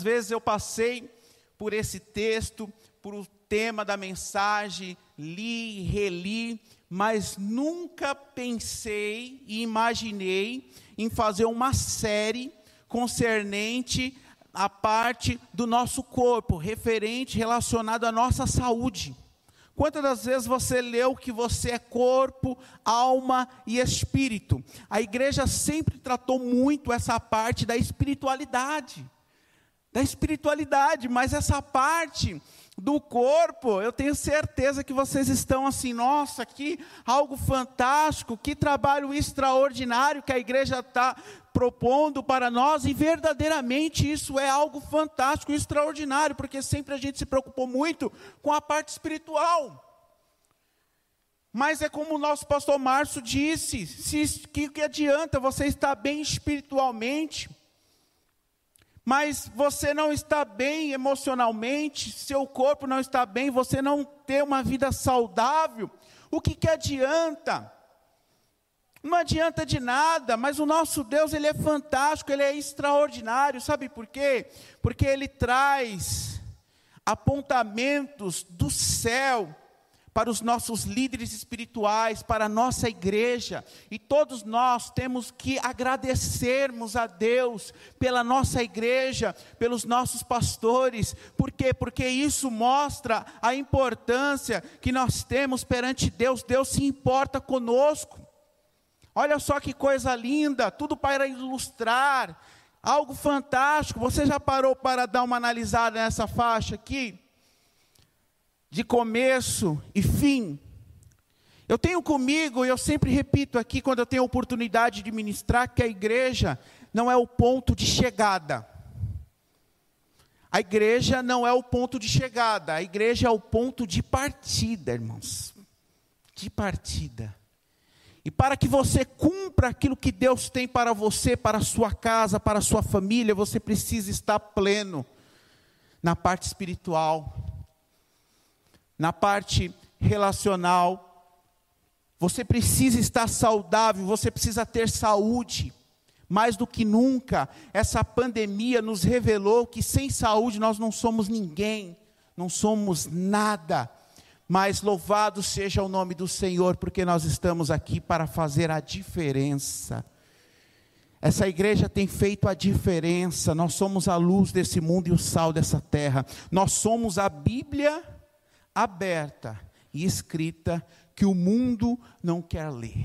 vezes eu passei por esse texto, por o tema da mensagem, li, reli, mas nunca pensei e imaginei em fazer uma série concernente à parte do nosso corpo, relacionado à nossa saúde. Quantas das vezes você leu que você é corpo, alma e espírito? A igreja sempre tratou muito essa parte da espiritualidade, mas essa parte do corpo, eu tenho certeza que vocês estão assim, nossa, que algo fantástico, que trabalho extraordinário que a igreja está propondo para nós, e verdadeiramente isso é algo fantástico, extraordinário, porque sempre a gente se preocupou muito com a parte espiritual. Mas é como o nosso pastor Márcio disse, que adianta você estar bem espiritualmente, mas você não está bem emocionalmente, seu corpo não está bem, você não ter uma vida saudável, o que adianta? Não adianta de nada, mas o nosso Deus, Ele é fantástico, Ele é extraordinário, sabe por quê? Porque Ele traz apontamentos do céu para os nossos líderes espirituais, para a nossa igreja, e todos nós temos que agradecermos a Deus pela nossa igreja, pelos nossos pastores. Por quê? Porque isso mostra a importância que nós temos perante Deus. Deus se importa conosco. Olha só que coisa linda, tudo para ilustrar, algo fantástico. Você já parou para dar uma analisada nessa faixa aqui? De começo e fim. Eu tenho comigo, e eu sempre repito aqui, quando eu tenho a oportunidade de ministrar, que a igreja não é o ponto de chegada. A igreja não é o ponto de chegada, a igreja é o ponto de partida, irmãos. De partida. E para que você cumpra aquilo que Deus tem para você, para a sua casa, para a sua família, você precisa estar pleno na parte espiritual, na parte relacional. Você precisa estar saudável, você precisa ter saúde. Mais do que nunca, essa pandemia nos revelou que sem saúde nós não somos ninguém, não somos nada. Mas louvado seja o nome do Senhor, porque nós estamos aqui para fazer a diferença. Essa igreja tem feito a diferença. Nós somos a luz desse mundo e o sal dessa terra. Nós somos a Bíblia aberta e escrita que o mundo não quer ler.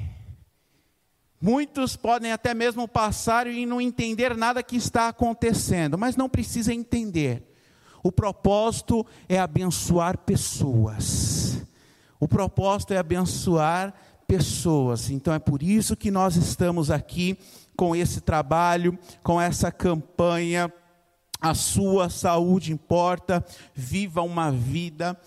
Muitos podem até mesmo passar e não entender nada que está acontecendo, mas não precisa entender. O propósito é abençoar pessoas. O propósito é abençoar pessoas. Então é por isso que nós estamos aqui com esse trabalho, com essa campanha. A sua saúde importa. Viva uma vida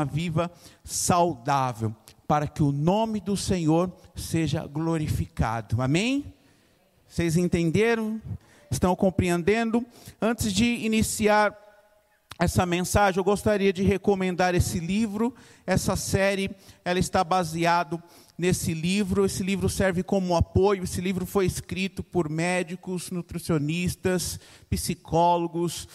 saudável, para que o nome do Senhor seja glorificado. Amém? Vocês entenderam? Estão compreendendo? Antes de iniciar essa mensagem, eu gostaria de recomendar esse livro. Essa série, ela está baseada nesse livro. Esse livro serve como apoio. Esse livro foi escrito por médicos, nutricionistas, psicólogos.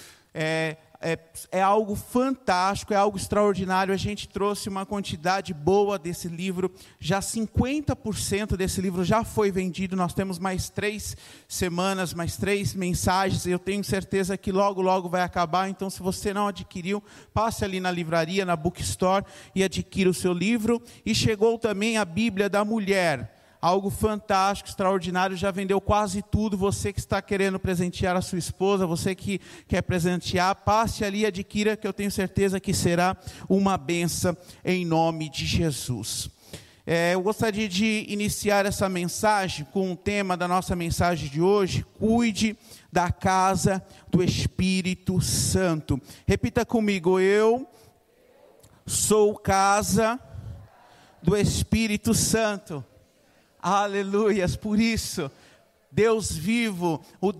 É algo fantástico, é algo extraordinário. A gente trouxe uma quantidade boa desse livro. Já 50% desse livro já foi vendido. Nós temos mais 3 semanas, mais 3 mensagens. Eu tenho certeza que logo, logo vai acabar. Então, se você não adquiriu, passe ali na livraria, na bookstore, e adquira o seu livro. E chegou também a Bíblia da Mulher. Algo fantástico, extraordinário, já vendeu quase tudo. Você que está querendo presentear a sua esposa, você que quer presentear, passe ali e adquira, que eu tenho certeza que será uma bênção em nome de Jesus. Eu gostaria de iniciar essa mensagem com o tema da nossa mensagem de hoje: cuide da casa do Espírito Santo. Repita comigo: eu sou casa do Espírito Santo. Aleluias, por isso, Deus vivo,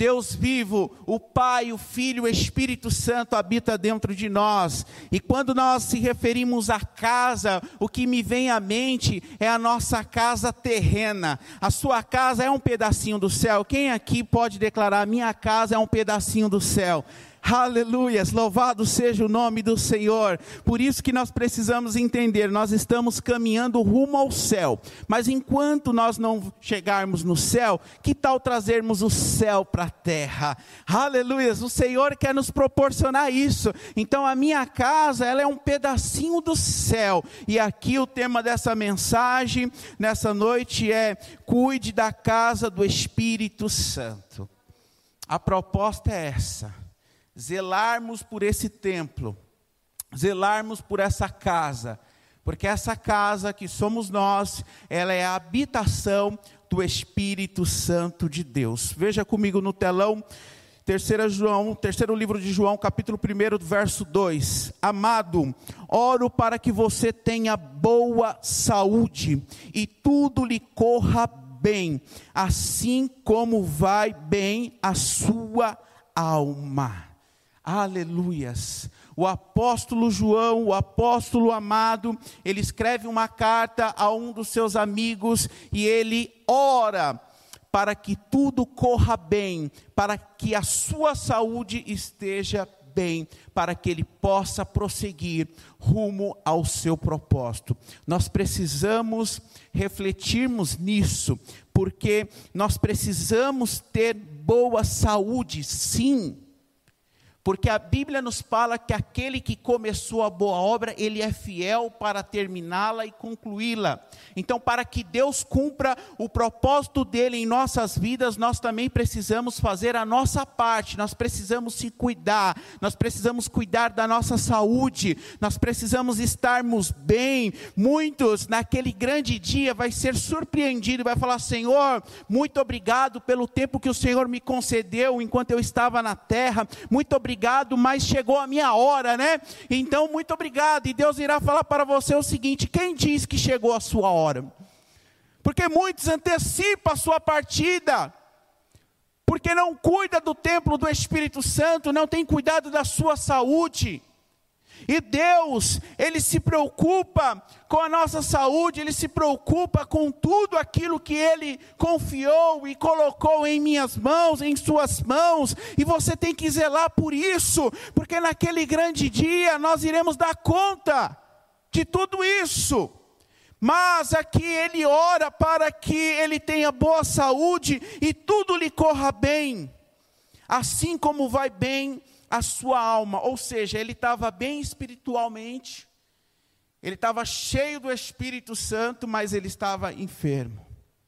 o Pai, o Filho, o Espírito Santo habita dentro de nós. E quando nós se referimos à casa, o que me vem à mente é a nossa casa terrena. A sua casa é um pedacinho do céu. Quem aqui pode declarar: minha casa é um pedacinho do céu? Aleluias, louvado seja o nome do Senhor. Por isso que nós precisamos entender, nós estamos caminhando rumo ao céu, mas enquanto nós não chegarmos no céu, que tal trazermos o céu para a terra? Aleluias, o Senhor quer nos proporcionar isso. Então a minha casa, ela é um pedacinho do céu, e aqui o tema dessa mensagem, nessa noite é: cuide da casa do Espírito Santo. A proposta é essa: zelarmos por esse templo, zelarmos por essa casa, porque essa casa que somos nós, ela é a habitação do Espírito Santo de Deus. Veja comigo no telão, terceiro livro de João, capítulo 1, verso 2. Amado, oro para que você tenha boa saúde e tudo lhe corra bem, assim como vai bem a sua alma. Aleluias. O apóstolo João, o apóstolo amado, ele escreve uma carta a um dos seus amigos e ele ora para que tudo corra bem, para que a sua saúde esteja bem, para que ele possa prosseguir rumo ao seu propósito. Nós precisamos refletirmos nisso, porque nós precisamos ter boa saúde, sim. Porque a Bíblia nos fala que aquele que começou a boa obra, ele é fiel para terminá-la e concluí-la. Então, para que Deus cumpra o propósito dele em nossas vidas, nós também precisamos fazer a nossa parte. Nós precisamos se cuidar, nós precisamos cuidar da nossa saúde, nós precisamos estarmos bem. Muitos, naquele grande dia, vai ser surpreendido e vai falar: Senhor, muito obrigado pelo tempo que o Senhor me concedeu enquanto eu estava na terra. Muito obrigado, mas chegou a minha hora, né? Então, muito obrigado. E Deus irá falar para você o seguinte: quem diz que chegou a sua hora? Porque muitos antecipam a sua partida, porque não cuida do templo do Espírito Santo, não tem cuidado da sua saúde. E Deus, Ele se preocupa com a nossa saúde, Ele se preocupa com tudo aquilo que Ele confiou e colocou em minhas mãos, em suas mãos, e você tem que zelar por isso, porque naquele grande dia nós iremos dar conta de tudo isso. Mas aqui ele ora para que ele tenha boa saúde e tudo lhe corra bem, assim como vai bem a sua alma. Ou seja, ele estava bem espiritualmente, ele estava cheio do Espírito Santo, mas ele estava enfermo.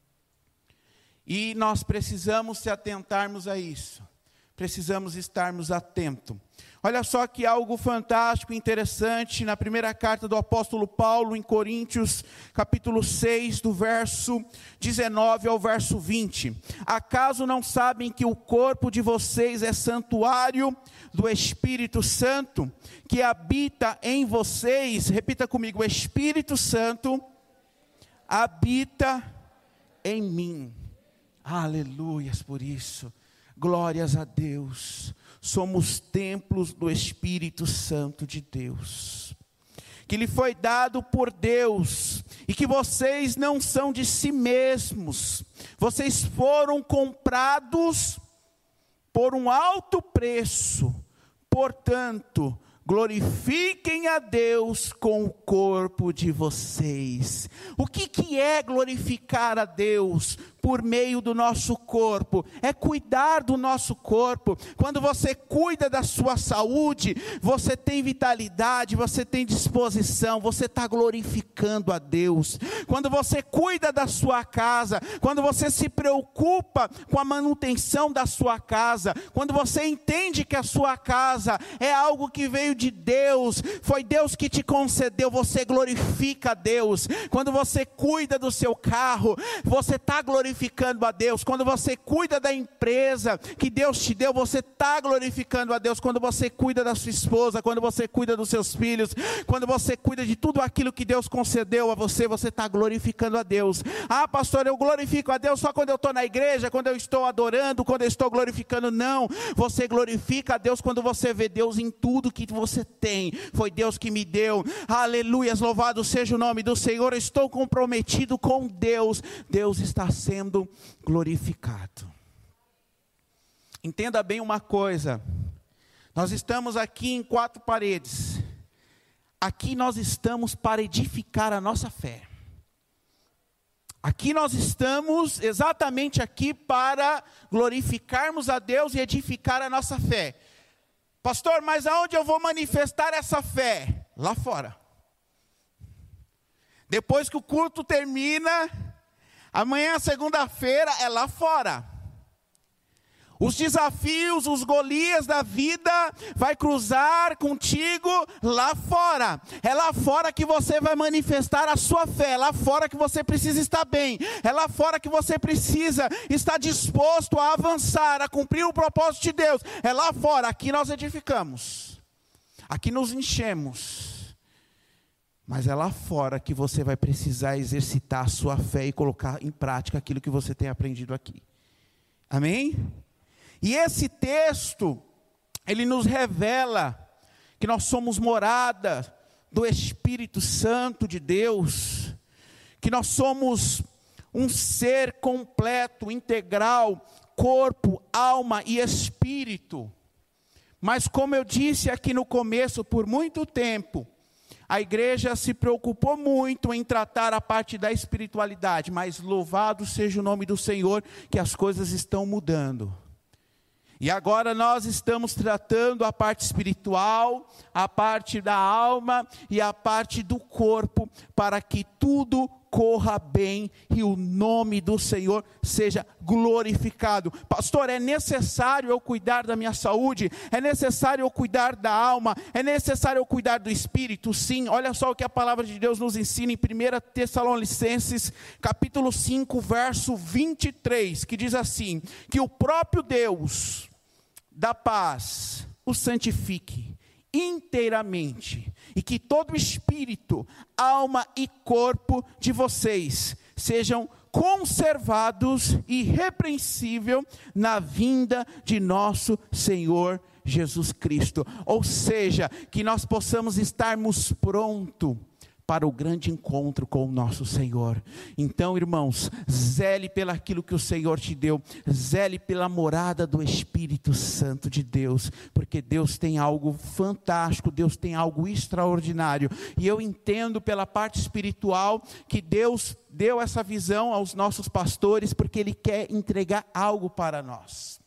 E nós precisamos se atentarmos a isso, precisamos estarmos atentos. Olha só que algo fantástico, interessante, na primeira carta do apóstolo Paulo, em Coríntios, capítulo 6, do verso 19 ao verso 20. Acaso não sabem que o corpo de vocês é santuário do Espírito Santo, que habita em vocês? Repita comigo: o Espírito Santo habita em mim. Aleluias por isso, glórias a Deus. Somos templos do Espírito Santo de Deus, que lhe foi dado por Deus, e que vocês não são de si mesmos, vocês foram comprados por um alto preço. Portanto, glorifiquem a Deus com o corpo de vocês. O que é glorificar a Deus? Por meio do nosso corpo, é cuidar do nosso corpo. Quando você cuida da sua saúde, você tem vitalidade, você tem disposição, você está glorificando a Deus. Quando você cuida da sua casa, quando você se preocupa com a manutenção da sua casa, quando você entende que a sua casa é algo que veio de Deus, foi Deus que te concedeu, você glorifica a Deus. Quando você cuida do seu carro, você está glorificando a Deus. Quando você cuida da empresa que Deus te deu, você está glorificando a Deus. Quando você cuida da sua esposa, quando você cuida dos seus filhos, quando você cuida de tudo aquilo que Deus concedeu a você, você está glorificando a Deus. Ah, pastor, eu glorifico a Deus só quando eu estou na igreja, quando eu estou adorando, quando eu estou glorificando. Não, você glorifica a Deus quando você vê Deus em tudo que você tem. Foi Deus que me deu. Aleluias, louvado seja o nome do Senhor. Eu estou comprometido com Deus. Deus está sendo glorificado. Entenda bem uma coisa: Nós estamos aqui em 4 paredes. Aqui nós estamos para edificar a nossa fé. Aqui nós estamos exatamente aqui para glorificarmos a Deus e edificar a nossa fé. Pastor, mas aonde eu vou manifestar essa fé? Lá fora. Depois que o culto termina, amanhã, segunda-feira, é lá fora. Os desafios, os Golias da vida vai cruzar contigo lá fora. É lá fora que você vai manifestar a sua fé. É lá fora que você precisa estar bem. É lá fora que você precisa estar disposto a avançar, a cumprir o propósito de Deus. É lá fora. Aqui nós edificamos. Aqui nos enchemos. Mas é lá fora que você vai precisar exercitar a sua fé e colocar em prática aquilo que você tem aprendido aqui. Amém? E esse texto, ele nos revela que nós somos morada do Espírito Santo de Deus, que nós somos um ser completo, integral, corpo, alma e espírito. Mas como eu disse aqui no começo, por muito tempo, a igreja se preocupou muito em tratar a parte da espiritualidade, mas louvado seja o nome do Senhor, que as coisas estão mudando. E agora nós estamos tratando a parte espiritual, a parte da alma e a parte do corpo, para que tudo corra bem e o nome do Senhor seja glorificado. Pastor, é necessário eu cuidar da minha saúde? É necessário eu cuidar da alma? É necessário eu cuidar do espírito? Sim, olha só o que a palavra de Deus nos ensina em 1 Tessalonicenses, capítulo 5, verso 23, que diz assim, que o próprio Deus da paz o santifique inteiramente, e que todo espírito, alma e corpo de vocês sejam conservados irrepreensível na vinda de nosso Senhor Jesus Cristo. Ou seja, que nós possamos estarmos prontos para o grande encontro com o nosso Senhor. Então, irmãos, zele pelaquilo que o Senhor te deu, zele pela morada do Espírito Santo de Deus, porque Deus tem algo fantástico, Deus tem algo extraordinário, e eu entendo pela parte espiritual, que Deus deu essa visão aos nossos pastores, porque Ele quer entregar algo para nós,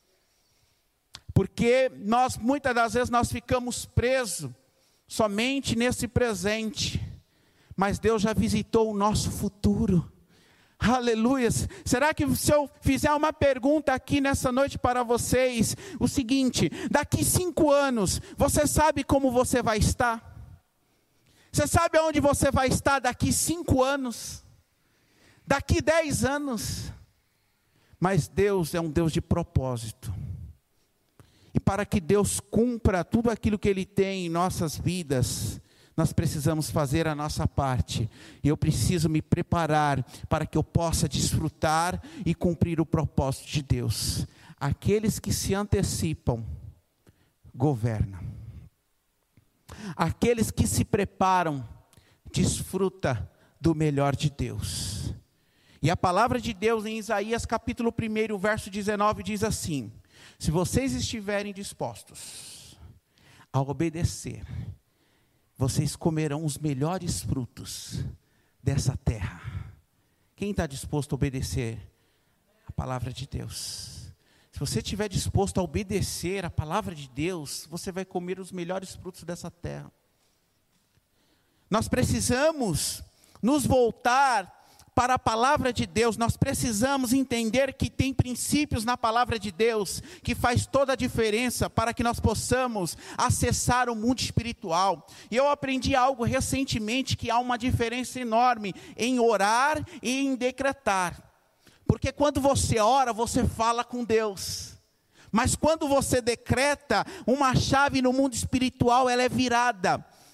porque nós, muitas das vezes, nós ficamos presos, somente nesse presente, mas Deus já visitou o nosso futuro. Aleluia. Será que se eu fizer uma pergunta aqui nessa noite para vocês, o seguinte, daqui 5 anos, você sabe como você vai estar? Você sabe aonde você vai estar daqui 5 anos? Daqui 10 anos? Mas Deus é um Deus de propósito. E para que Deus cumpra tudo aquilo que Ele tem em nossas vidas, nós precisamos fazer a nossa parte. E eu preciso me preparar para que eu possa desfrutar e cumprir o propósito de Deus. Aqueles que se antecipam, governam. Aqueles que se preparam, desfruta do melhor de Deus. E a palavra de Deus em Isaías capítulo 1, verso 19 diz assim: se vocês estiverem dispostos a obedecer, vocês comerão os melhores frutos dessa terra. Quem está disposto a obedecer a palavra de Deus? Se você estiver disposto a obedecer a palavra de Deus, você vai comer os melhores frutos dessa terra. Nós precisamos nos voltar para a palavra de Deus. Nós precisamos entender que tem princípios na palavra de Deus, que faz toda a diferença para que nós possamos acessar o mundo espiritual. E eu aprendi algo recentemente, que há uma diferença enorme em orar e em decretar. Porque quando você ora, você fala com Deus. Mas quando você decreta, uma chave no mundo espiritual, ela é virada.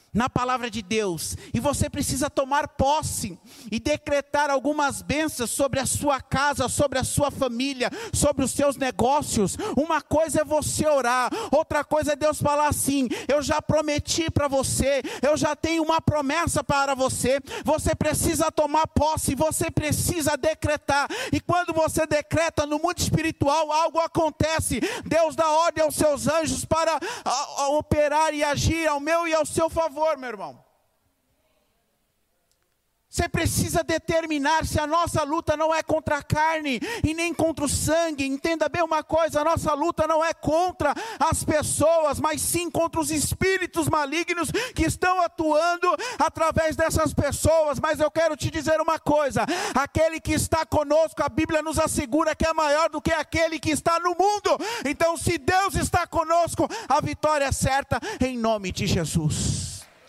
na palavra de Deus, e você precisa tomar posse e decretar algumas bênçãos sobre a sua casa, sobre a sua família, sobre os seus negócios. Uma coisa é você orar, outra coisa é Deus falar assim: eu já prometi para você, eu já tenho uma promessa para você. Você precisa tomar posse, você precisa decretar, e quando você decreta no mundo espiritual, algo acontece. Deus dá ordem aos seus anjos para operar e agir ao meu e ao seu favor, meu irmão. Você precisa determinar se a nossa luta não é contra a carne e nem contra o sangue. Entenda bem uma coisa: a nossa luta não é contra as pessoas, mas sim contra os espíritos malignos que estão atuando através dessas pessoas. Mas eu quero te dizer uma coisa: aquele que está conosco, a Bíblia nos assegura que é maior do que aquele que está no mundo. Então, se Deus está conosco, a vitória é certa, em nome de Jesus.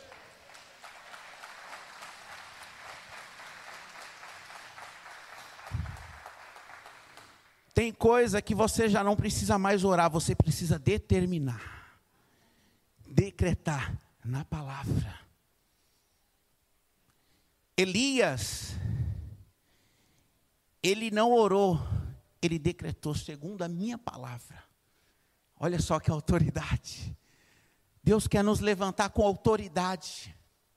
Tem coisa que você já não precisa mais orar, você precisa determinar, decretar na palavra. Elias, ele não orou, ele decretou segundo a minha palavra. Olha só que autoridade. Deus quer nos levantar com autoridade.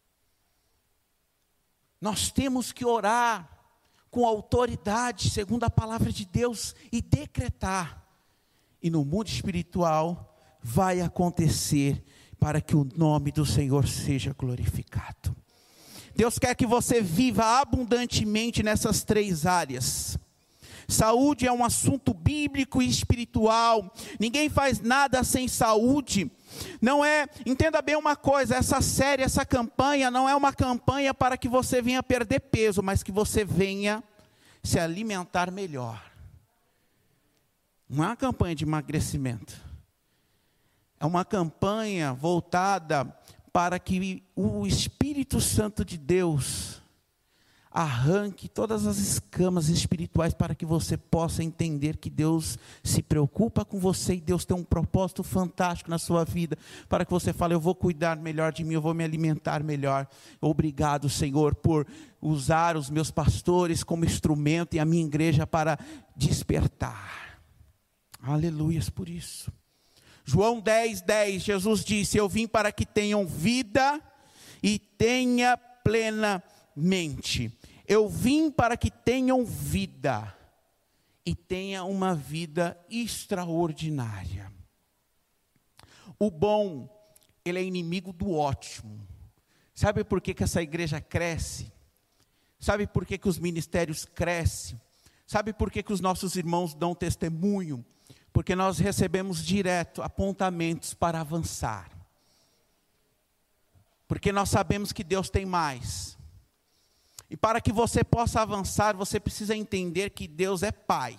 Nós temos que orar com autoridade, segundo a palavra de Deus, e decretar. E no mundo espiritual vai acontecer, para que o nome do Senhor seja glorificado. Deus quer que você viva abundantemente nessas 3 áreas. Saúde é um assunto bíblico e espiritual. Ninguém faz nada sem saúde. Não é, entenda bem uma coisa: essa série, essa campanha não é uma campanha para que você venha perder peso, mas que você venha se alimentar melhor. Não é uma campanha de emagrecimento. É uma campanha voltada para que o Espírito Santo de Deus arranque todas as escamas espirituais, para que você possa entender que Deus se preocupa com você, e Deus tem um propósito fantástico na sua vida, para que você fale: eu vou cuidar melhor de mim, eu vou me alimentar melhor. Obrigado, Senhor, por usar os meus pastores como instrumento e a minha igreja para despertar. Aleluias por isso. João 10:10, Jesus disse: eu vim para que tenham vida e tenha plenamente. Eu vim para que tenham vida e tenha uma vida extraordinária. O bom, ele é inimigo do ótimo. Sabe por que essa igreja cresce? Sabe por que os ministérios crescem? Sabe por que os nossos irmãos dão testemunho? Porque nós recebemos direto apontamentos para avançar. Porque nós sabemos que Deus tem mais. E para que você possa avançar, você precisa entender que Deus é Pai.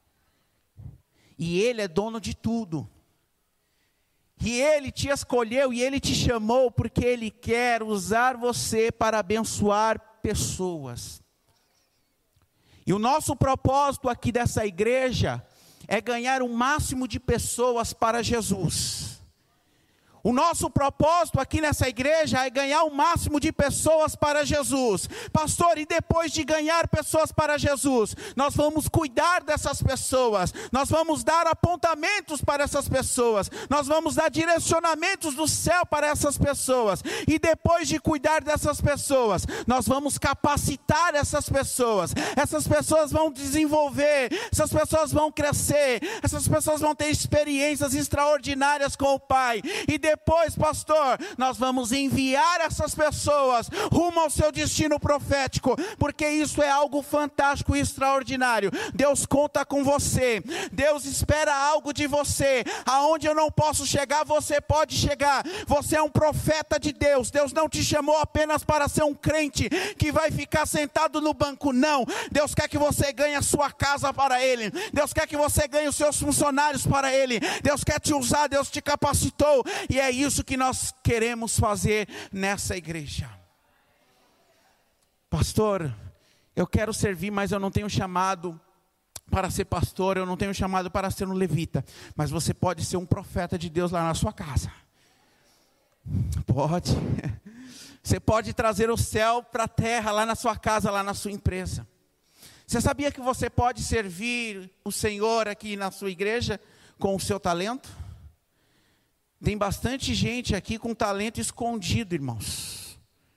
E Ele é dono de tudo. E Ele te escolheu e Ele te chamou porque Ele quer usar você para abençoar pessoas. E o nosso propósito aqui dessa igreja é ganhar o máximo de pessoas para Jesus. O nosso propósito aqui nessa igreja é ganhar o máximo de pessoas para Jesus. Pastor, e depois de ganhar pessoas para Jesus, nós vamos cuidar dessas pessoas, nós vamos dar apontamentos para essas pessoas, nós vamos dar direcionamentos do céu para essas pessoas. E depois de cuidar dessas pessoas, nós vamos capacitar essas pessoas vão desenvolver, essas pessoas vão crescer, essas pessoas vão ter experiências extraordinárias com o Pai. E depois, pastor, nós vamos enviar essas pessoas rumo ao seu destino profético, porque isso é algo fantástico e extraordinário. Deus conta com você, Deus espera algo de você. Aonde eu não posso chegar, você pode chegar. Você é um profeta de Deus. Deus não te chamou apenas para ser um crente que vai ficar sentado no banco, não. Deus quer que você ganhe a sua casa para Ele. Deus quer que você ganhe os seus funcionários para Ele. Deus quer te usar, Deus te capacitou, e é isso que nós queremos fazer nessa igreja. Pastor, eu quero servir, mas eu não tenho chamado para ser pastor, eu não tenho chamado para ser um levita. Mas você pode ser um profeta de Deus lá na sua casa. Pode. Você pode trazer o céu para a terra, lá na sua casa, lá na sua empresa. Você sabia que você pode servir o Senhor aqui na sua igreja com o seu talento? Tem bastante gente aqui com talento escondido, irmãos.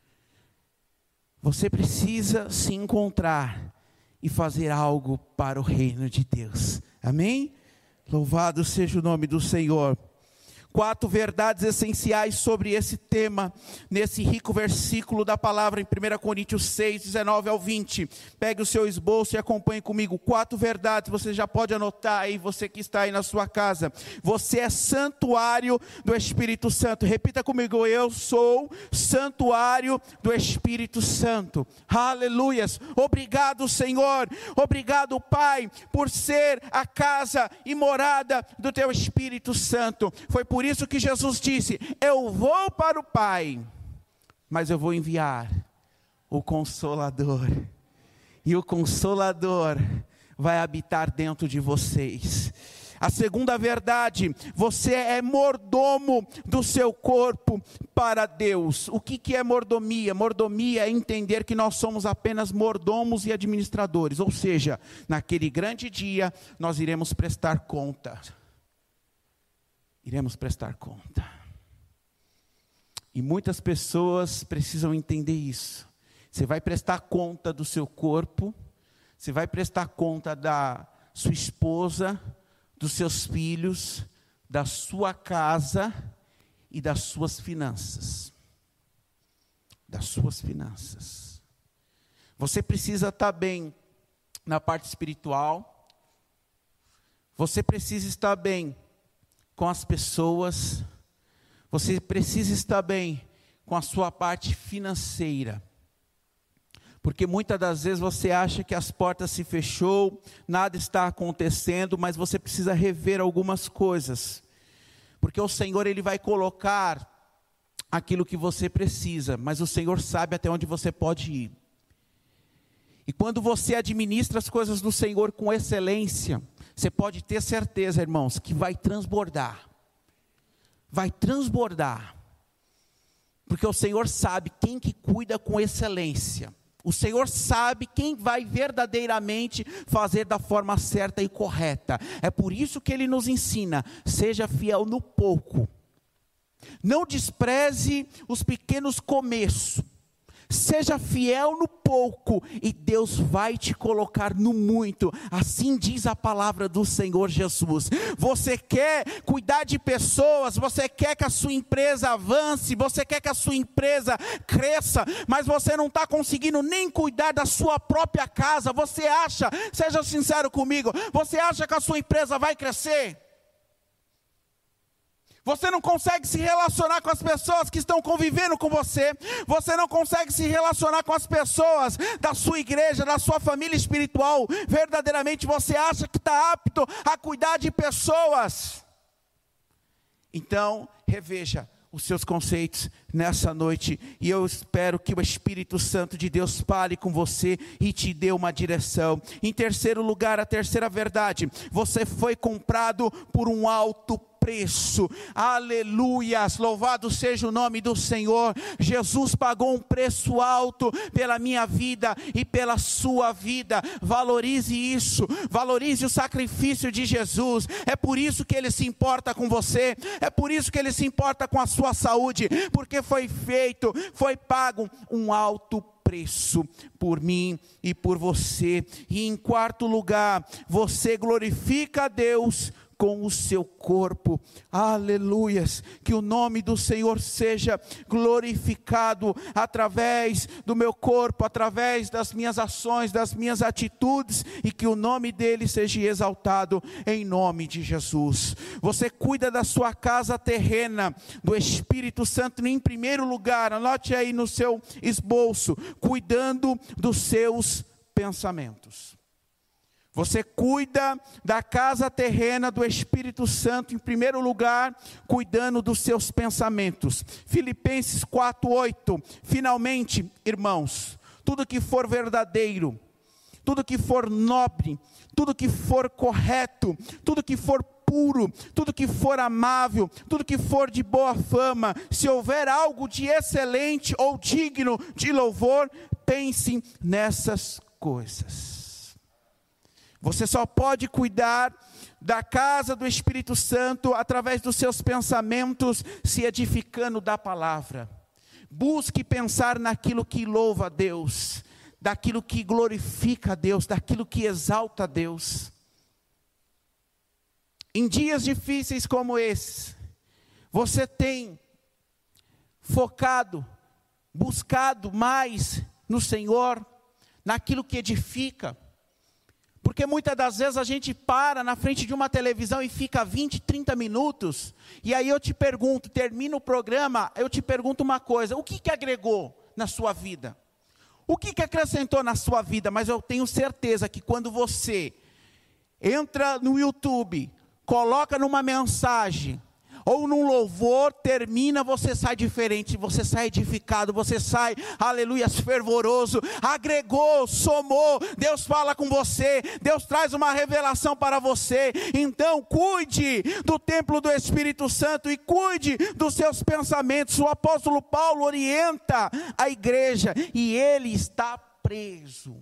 Você precisa se encontrar e fazer algo para o reino de Deus. Amém? Louvado seja o nome do Senhor. 4 verdades essenciais sobre esse tema, nesse rico versículo da palavra em 1 Coríntios 6, 19 ao 20. Pegue o seu esboço e acompanhe comigo. 4 verdades, você já pode anotar aí, você que está aí na sua casa. Você é santuário do Espírito Santo. Repita comigo: eu sou santuário do Espírito Santo. Aleluias. Obrigado, Senhor. Obrigado, Pai, por ser a casa e morada do teu Espírito Santo. Foi por isso que Jesus disse: eu vou para o Pai, mas eu vou enviar o Consolador, e o Consolador vai habitar dentro de vocês. A segunda verdade: você é mordomo do seu corpo para Deus. O que é mordomia? Mordomia é entender que nós somos apenas mordomos e administradores, ou seja, naquele grande dia nós iremos prestar conta. Iremos prestar conta. E muitas pessoas precisam entender isso. Você vai prestar conta do seu corpo, você vai prestar conta da sua esposa, dos seus filhos, da sua casa e das suas finanças. Das suas finanças. Você precisa estar bem na parte espiritual. Você precisa estar bem com as pessoas, você precisa estar bem com a sua parte financeira, porque muitas das vezes você acha que as portas se fechou, nada está acontecendo, mas você precisa rever algumas coisas, porque o Senhor Ele vai colocar aquilo que você precisa, mas o Senhor sabe até onde você pode ir. E quando você administra as coisas do Senhor com excelência, você pode ter certeza, irmãos, que vai transbordar. Vai transbordar. Porque o Senhor sabe quem que cuida com excelência. O Senhor sabe quem vai verdadeiramente fazer da forma certa e correta. É por isso que Ele nos ensina: seja fiel no pouco. Não despreze os pequenos começos. Seja fiel no pouco e Deus vai te colocar no muito. Assim diz a palavra do Senhor Jesus. Você quer cuidar de pessoas, você quer que a sua empresa avance, você quer que a sua empresa cresça, mas você não está conseguindo nem cuidar da sua própria casa. Você acha, seja sincero comigo, você acha que a sua empresa vai crescer? Você não consegue se relacionar com as pessoas que estão convivendo com você. Você não consegue se relacionar com as pessoas da sua igreja, da sua família espiritual. Verdadeiramente você acha que está apto a cuidar de pessoas. Então, reveja os seus conceitos nessa noite. E eu espero que o Espírito Santo de Deus fale com você e te dê uma direção. Em terceiro lugar, a terceira verdade: você foi comprado por um alto preço. Aleluias, louvado seja o nome do Senhor. Jesus pagou um preço alto pela minha vida e pela sua vida. Valorize isso, valorize o sacrifício de Jesus. É por isso que Ele se importa com você, é por isso que Ele se importa com a sua saúde, porque foi pago um alto preço por mim e por você. E em quarto lugar, você glorifica a Deus com o seu corpo. Aleluias, que o nome do Senhor seja glorificado através do meu corpo, através das minhas ações, das minhas atitudes, e que o nome dele seja exaltado em nome de Jesus. Você cuida da sua casa terrena, do Espírito Santo em primeiro lugar. Anote aí no seu esboço: cuidando dos seus pensamentos. Você cuida da casa terrena do Espírito Santo, em primeiro lugar, cuidando dos seus pensamentos. Filipenses 4:8. Finalmente, irmãos, tudo que for verdadeiro, tudo que for nobre, tudo que for correto, tudo que for puro, puro, tudo que for amável, tudo que for de boa fama, se houver algo de excelente ou digno de louvor, pense nessas coisas. Você só pode cuidar da casa do Espírito Santo através dos seus pensamentos, se edificando da palavra. Busque pensar naquilo que louva a Deus, daquilo que glorifica a Deus, daquilo que exalta a Deus. Em dias difíceis como esses, você tem focado, buscado mais no Senhor, naquilo que edifica. Porque muitas das vezes a gente para na frente de uma televisão e fica 20, 30 minutos, e aí eu te pergunto, termina o programa, eu te pergunto uma coisa: o que agregou na sua vida? O que acrescentou na sua vida? Mas eu tenho certeza que quando você entra no YouTube, coloca numa mensagem, ou num louvor, termina, você sai diferente, você sai edificado, você sai, aleluias, fervoroso, agregou, somou, Deus fala com você, Deus traz uma revelação para você. Então cuide do templo do Espírito Santo e cuide dos seus pensamentos. O apóstolo Paulo orienta a igreja e ele está preso.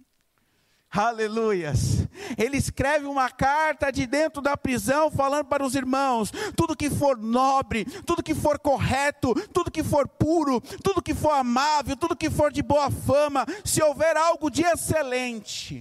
Aleluias, ele escreve uma carta de dentro da prisão, falando para os irmãos, tudo que for nobre, tudo que for correto, tudo que for puro, tudo que for amável, tudo que for de boa fama, se houver algo de excelente,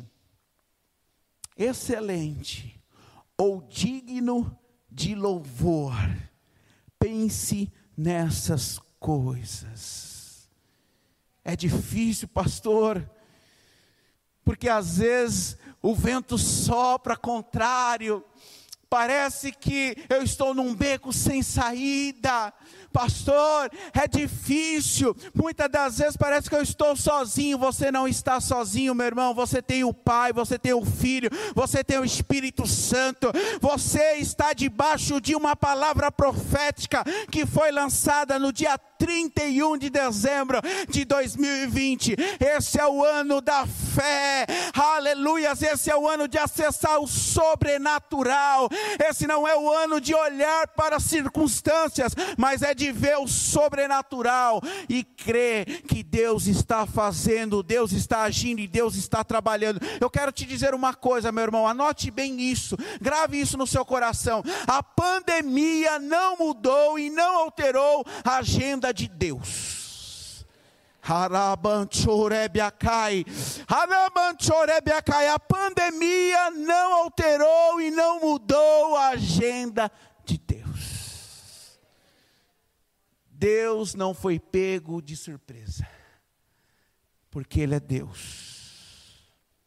ou digno de louvor, pense nessas coisas. É difícil, pastor, porque às vezes o vento sopra contrário, parece que eu estou num beco sem saída. Pastor, é difícil, muitas das vezes parece que eu estou sozinho. Você não está sozinho, meu irmão. Você tem o Pai, você tem o Filho, você tem o Espírito Santo. Você está debaixo de uma palavra profética que foi lançada no dia 31 de dezembro de 2020. Esse é o ano da fé, aleluias. Esse é o ano de acessar o sobrenatural. Esse não é o ano de olhar para as circunstâncias, mas é de ver o sobrenatural e crer que Deus está fazendo, Deus está agindo e Deus está trabalhando. Eu quero te dizer uma coisa, meu irmão, anote bem isso, grave isso no seu coração: a pandemia não mudou e não alterou a agenda de Deus. A pandemia não alterou e não mudou a agenda de Deus. Deus não foi pego de surpresa, porque Ele é Deus.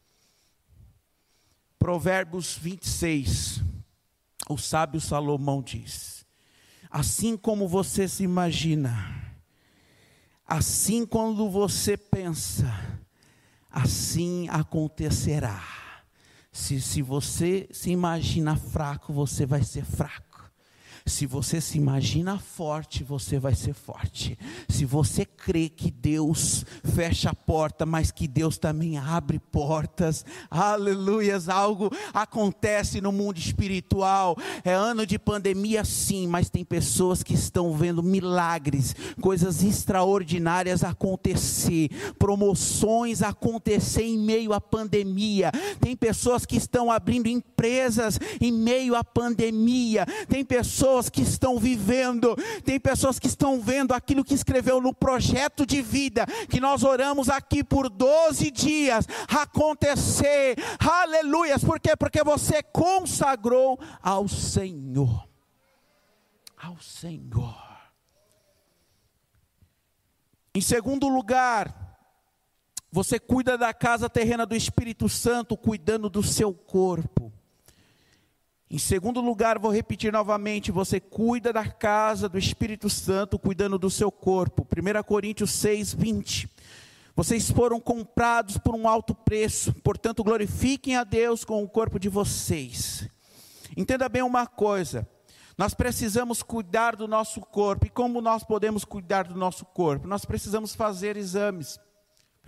Provérbios 26, o sábio Salomão diz: assim como você se imagina, assim quando você pensa, assim acontecerá. Se você se imagina fraco, você vai ser fraco. Se você se imagina forte, você vai ser forte. Se você crê que Deus fecha a porta, mas que Deus também abre portas, aleluias, algo acontece no mundo espiritual. É ano de pandemia sim, mas tem pessoas que estão vendo milagres, coisas extraordinárias acontecer, promoções acontecer em meio à pandemia. Tem pessoas que estão abrindo empresas em meio à pandemia. Tem pessoas que estão vivendo, tem pessoas que estão vendo aquilo que escreveu no projeto de vida, que nós oramos aqui por 12 dias, acontecer, aleluias. Por quê? Porque você consagrou ao Senhor, ao Senhor. Em segundo lugar, você cuida da casa terrena do Espírito Santo, cuidando do seu corpo. Em segundo lugar, vou repetir novamente, você cuida da casa do Espírito Santo, cuidando do seu corpo. 1 Coríntios 6, 20. Vocês foram comprados por um alto preço, portanto glorifiquem a Deus com o corpo de vocês. Entenda bem uma coisa, nós precisamos cuidar do nosso corpo. E como nós podemos cuidar do nosso corpo? Nós precisamos fazer exames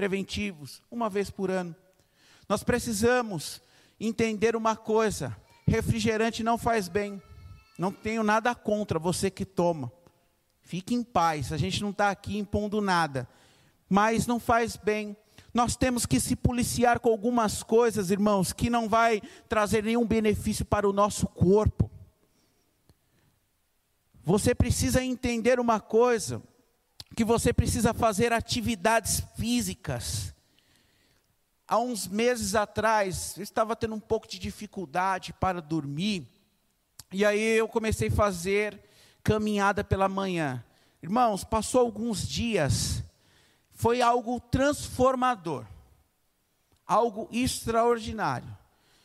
preventivos, uma vez por ano. Nós precisamos entender uma coisa: refrigerante não faz bem. Não tenho nada contra você que toma. Fique em paz, a gente não está aqui impondo nada. Mas não faz bem. Nós temos que se policiar com algumas coisas, irmãos, que não vai trazer nenhum benefício para o nosso corpo. Você precisa entender uma coisa, que você precisa fazer atividades físicas. Há uns meses atrás, eu estava tendo um pouco de dificuldade para dormir, e aí eu comecei a fazer caminhada pela manhã. Irmãos, passou alguns dias, foi algo transformador, algo extraordinário.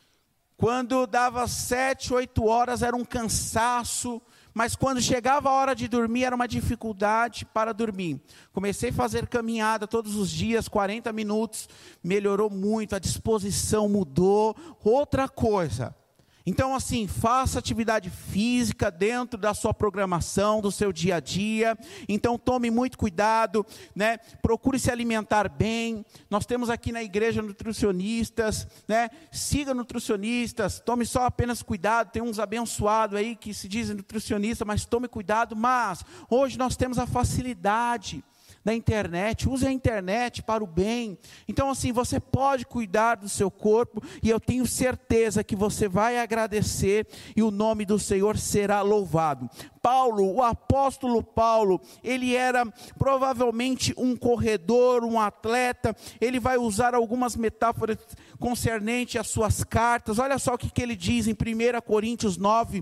Quando dava 7, 8 horas era um cansaço, mas quando chegava a hora de dormir era uma dificuldade para dormir. Comecei a fazer caminhada todos os dias, 40 minutos, melhorou muito, a disposição mudou. Outra coisa, então assim, faça atividade física dentro da sua programação, do seu dia a dia. Então tome muito cuidado, né? Procure se alimentar bem. Nós temos aqui na igreja nutricionistas, né? Siga nutricionistas, tome só apenas cuidado. Tem uns abençoados aí que se dizem nutricionista, mas tome cuidado. Mas hoje nós temos a facilidade da internet, use a internet para o bem. Então assim, você pode cuidar do seu corpo, e eu tenho certeza que você vai agradecer, e o nome do Senhor será louvado. Paulo, o apóstolo Paulo, ele era provavelmente um corredor, um atleta. Ele vai usar algumas metáforas concernentes às suas cartas. Olha só o que ele diz em 1 Coríntios 9,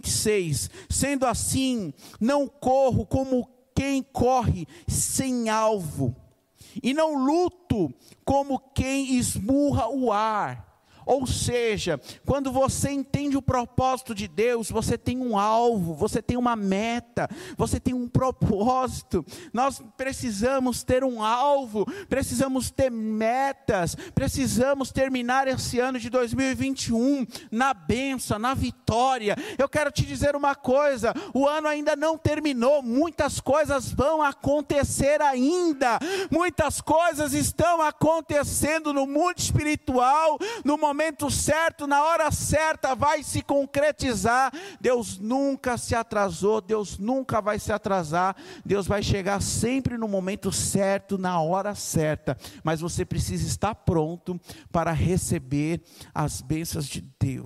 26. Sendo assim, não corro como quem corre sem alvo, e não luto como quem esmurra o ar. Ou seja, quando você entende o propósito de Deus, você tem um alvo, você tem uma meta, você tem um propósito. Nós precisamos ter um alvo, precisamos ter metas, precisamos terminar esse ano de 2021 na bênção, na vitória. Eu quero te dizer uma coisa, o ano ainda não terminou, muitas coisas vão acontecer ainda, muitas coisas estão acontecendo no mundo espiritual, no momento certo, na hora certa, vai se concretizar. Deus nunca se atrasou, Deus nunca vai se atrasar, Deus vai chegar sempre no momento certo, na hora certa, mas você precisa estar pronto para receber as bênçãos de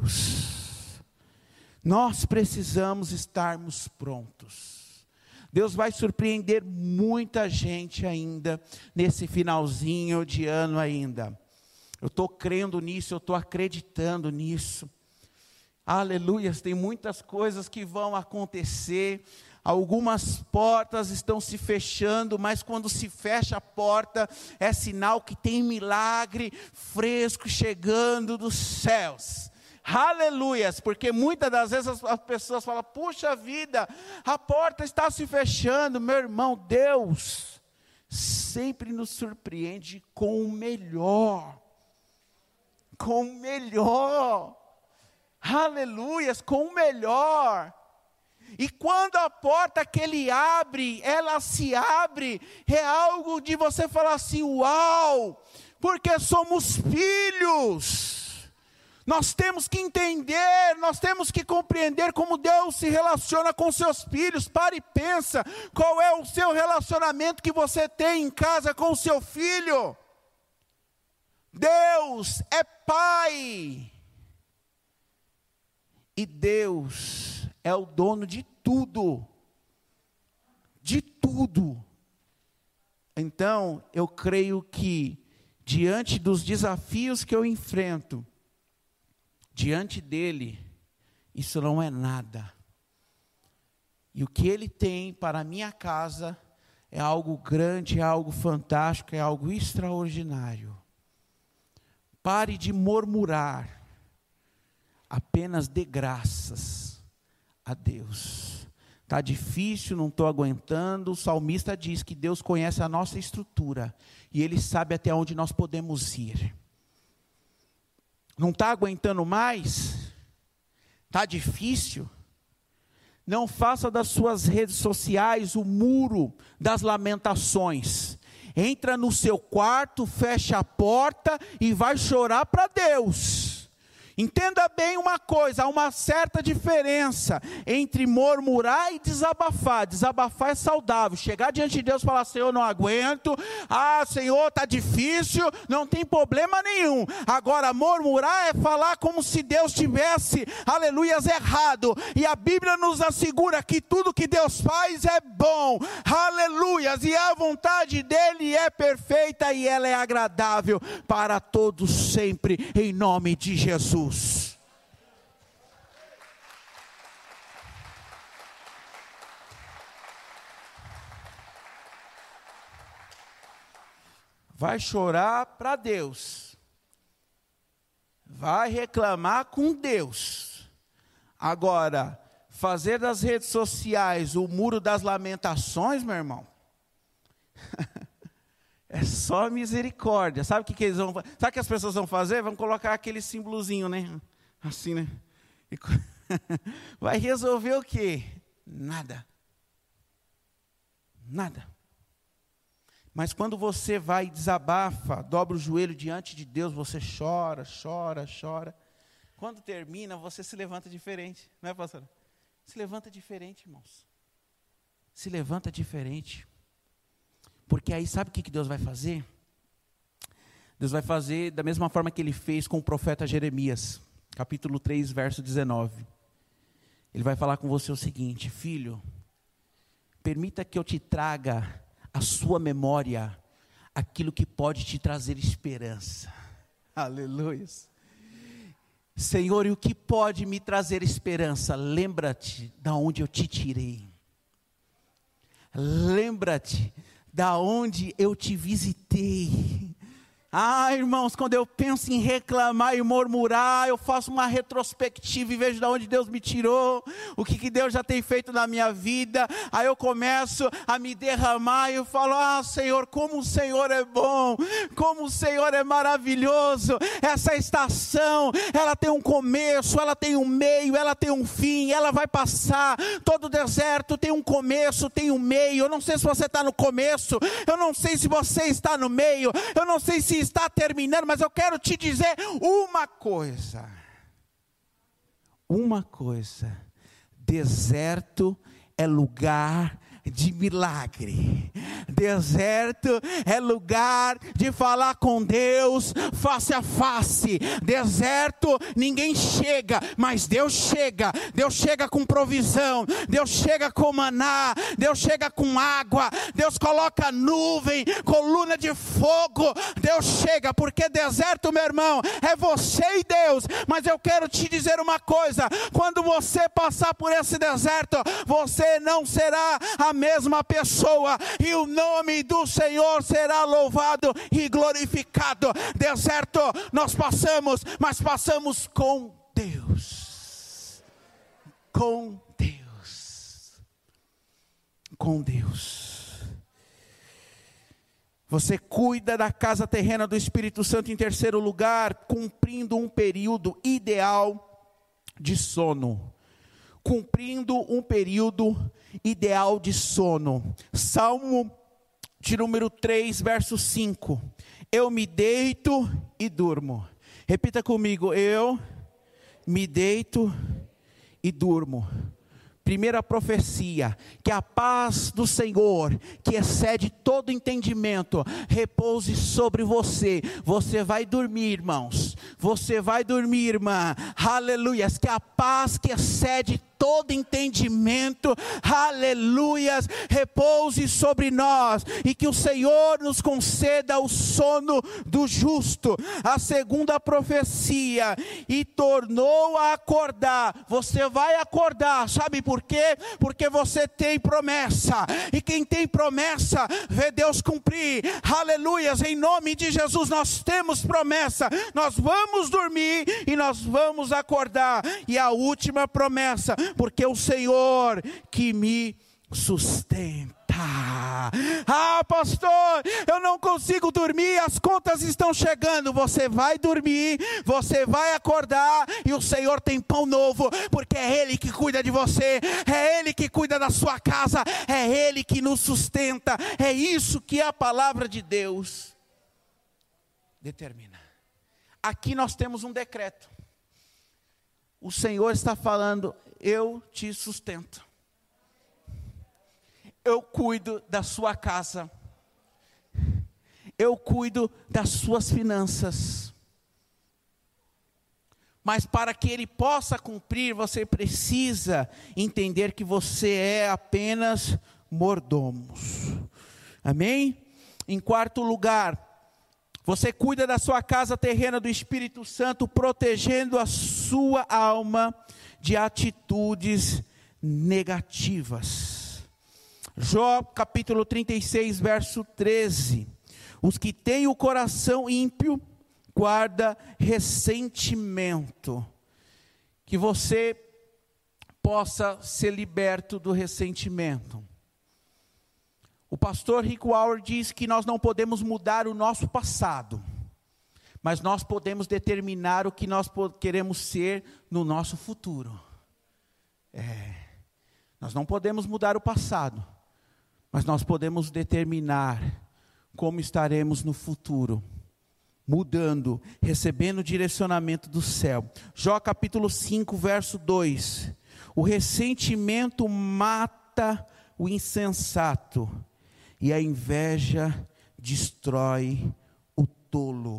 Deus. Nós precisamos estarmos prontos. Deus vai surpreender muita gente ainda, nesse finalzinho de ano ainda. Eu estou crendo nisso, eu estou acreditando nisso. Aleluia, tem muitas coisas que vão acontecer. Algumas portas estão se fechando, mas quando se fecha a porta, é sinal que tem milagre fresco chegando dos céus. Aleluias, porque muitas das vezes as pessoas falam, puxa vida, a porta está se fechando. Meu irmão, Deus sempre nos surpreende com o melhor. Com o melhor, aleluias, com o melhor. E quando a porta que Ele abre, ela se abre, é algo de você falar assim, uau, porque somos filhos. Nós temos que entender, nós temos que compreender como Deus se relaciona com seus filhos. Pare e pensa, qual é o seu relacionamento que você tem em casa com o seu filho? Deus é Pai, e Deus é o dono de tudo, de tudo. Então, eu creio que, diante dos desafios que eu enfrento, diante dEle, isso não é nada. E o que Ele tem para a minha casa, é algo grande, é algo fantástico, é algo extraordinário. Pare de murmurar, apenas dê graças a Deus. Está difícil, não estou aguentando. O salmista diz que Deus conhece a nossa estrutura, e Ele sabe até onde nós podemos ir. Não está aguentando mais? Está difícil? Não faça das suas redes sociais o muro das lamentações. Entra no seu quarto, fecha a porta e vai chorar para Deus. Entenda bem uma coisa, há uma certa diferença entre murmurar e desabafar. Desabafar é saudável, chegar diante de Deus e falar: Senhor, não aguento, Senhor, está difícil, não tem problema nenhum. Agora, murmurar é falar como se Deus tivesse, aleluias, errado. E a Bíblia nos assegura que tudo que Deus faz é bom, aleluias, e a vontade dEle é perfeita e ela é agradável para todos sempre, em nome de Jesus. Vai chorar para Deus, vai reclamar com Deus. Agora, fazer das redes sociais o muro das lamentações, meu irmão, é só misericórdia. Sabe o que eles vão fazer? Sabe o que as pessoas vão fazer? Vão colocar aquele símbolozinho, né? Assim, né? Vai resolver o quê? Nada. Nada. Mas quando você vai e desabafa, dobra o joelho diante de Deus, você chora, chora, chora. Quando termina, você se levanta diferente. Não é, pastor? Se levanta diferente, irmãos. Se levanta diferente. Porque aí sabe o que Deus vai fazer? Deus vai fazer da mesma forma que Ele fez com o profeta Jeremias, capítulo 3, verso 19. Ele vai falar com você o seguinte: filho, permita que eu te traga à sua memória aquilo que pode te trazer esperança. Aleluia. Senhor, e o que pode me trazer esperança? Lembra-te de onde eu te tirei. Lembra-te da onde eu te visitei. Irmãos, quando eu penso em reclamar e murmurar, eu faço uma retrospectiva e vejo de onde Deus me tirou, o que Deus já tem feito na minha vida. Aí eu começo a me derramar e eu falo: Senhor, como o Senhor é bom, como o Senhor é maravilhoso. Essa estação, ela tem um começo, ela tem um meio, ela tem um fim, ela vai passar. Todo deserto tem um começo, tem um meio. Eu não sei se você está no começo, eu não sei se você está no meio, eu não sei se está terminando, mas eu quero te dizer uma coisa. Uma coisa: deserto é lugar de milagre. Deserto é lugar de falar com Deus face a face. Deserto ninguém chega, mas Deus chega. Deus chega com provisão, Deus chega com maná, Deus chega com água, Deus coloca nuvem, coluna de fogo. Deus chega, porque deserto, meu irmão, é você e Deus. Mas eu quero te dizer uma coisa: quando você passar por esse deserto, você não será a mesma pessoa, e o nome do Senhor será louvado e glorificado. Deserto nós passamos, mas passamos com Deus. Com Deus. Com Deus. Você cuida da casa terrena do Espírito Santo em terceiro lugar, cumprindo um período ideal de sono. Cumprindo um período ideal de sono. Salmo de número 3, verso 5. Eu me deito e durmo. Repita comigo: eu me deito e durmo. Primeira profecia: que a paz do Senhor, que excede todo entendimento, repouse sobre você. Você vai dormir, irmãos. Você vai dormir, irmã. Aleluias. Que a paz que excede todo entendimento, aleluias, repouse sobre nós, e que o Senhor nos conceda o sono do justo. A segunda profecia: e tornou a acordar. Você vai acordar, sabe por quê? Porque você tem promessa, e quem tem promessa, vê Deus cumprir. Aleluias, em nome de Jesus nós temos promessa. Nós vamos dormir e nós vamos acordar. E a última promessa: porque o Senhor que me sustenta. Pastor, eu não consigo dormir, as contas estão chegando. Você vai dormir, você vai acordar, e o Senhor tem pão novo, porque é Ele que cuida de você, é Ele que cuida da sua casa, é Ele que nos sustenta. É isso que a palavra de Deus determina. Aqui nós temos um decreto. o Senhor está falando: eu te sustento. Eu cuido da sua casa. Eu cuido das suas finanças. Mas para que Ele possa cumprir, você precisa entender que você é apenas mordomos. Amém? Em quarto lugar, você cuida da sua casa terrena do Espírito Santo, protegendo a sua alma de atitudes negativas. Jó capítulo 36, verso 13. Os que têm o coração ímpio, guarda ressentimento. Que você possa ser liberto do ressentimento. O pastor Rick Warren diz que nós não podemos mudar o nosso passado, mas nós podemos determinar o que nós queremos ser no nosso futuro. Nós não podemos mudar o passado, mas nós podemos determinar como estaremos no futuro. Mudando, recebendo o direcionamento do céu. Jó capítulo 5, verso 2. O ressentimento mata o insensato, e a inveja destrói o tolo.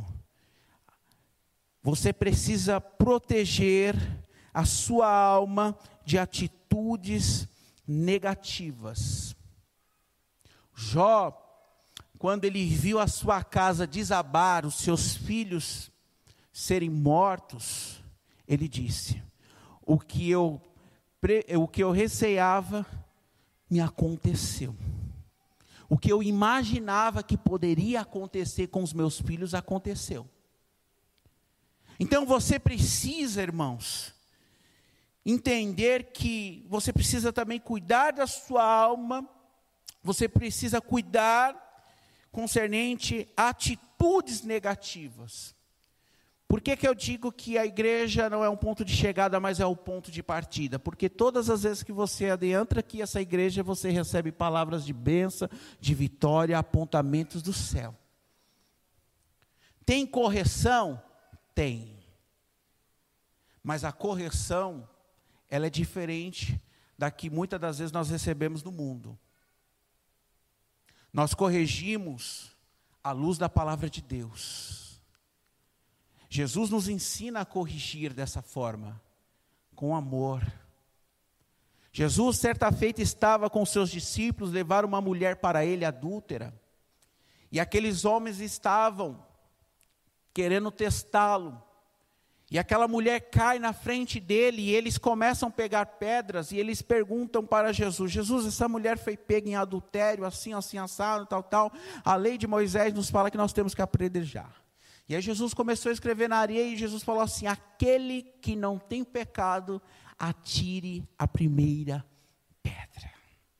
Você precisa proteger a sua alma de atitudes negativas. Jó, quando ele viu a sua casa desabar, os seus filhos serem mortos, ele disse: o que eu receava me aconteceu. O que eu imaginava que poderia acontecer com os meus filhos, aconteceu. Então você precisa, irmãos, entender que você precisa também cuidar da sua alma, você precisa cuidar concernente a atitudes negativas. Por que eu digo que a igreja não é um ponto de chegada, mas é o ponto de partida? Porque todas as vezes que você adentra aqui essa igreja, você recebe palavras de bênção, de vitória, apontamentos do céu. Tem correção? Tem. Mas a correção, ela é diferente da que muitas das vezes nós recebemos no mundo. Nós corrigimos à luz da palavra de Deus. Jesus nos ensina a corrigir dessa forma, com amor. Jesus, certa feita, estava com seus discípulos, levaram uma mulher para ele, adúltera. E aqueles homens estavam querendo testá-lo. E aquela mulher cai na frente dele, e eles começam a pegar pedras, e eles perguntam para Jesus: Jesus, essa mulher foi pega em adultério, assim, assado, tal. A lei de Moisés nos fala que nós temos que apedrejar. E aí Jesus começou a escrever na areia, e Jesus falou assim: aquele que não tem pecado, atire a primeira pedra.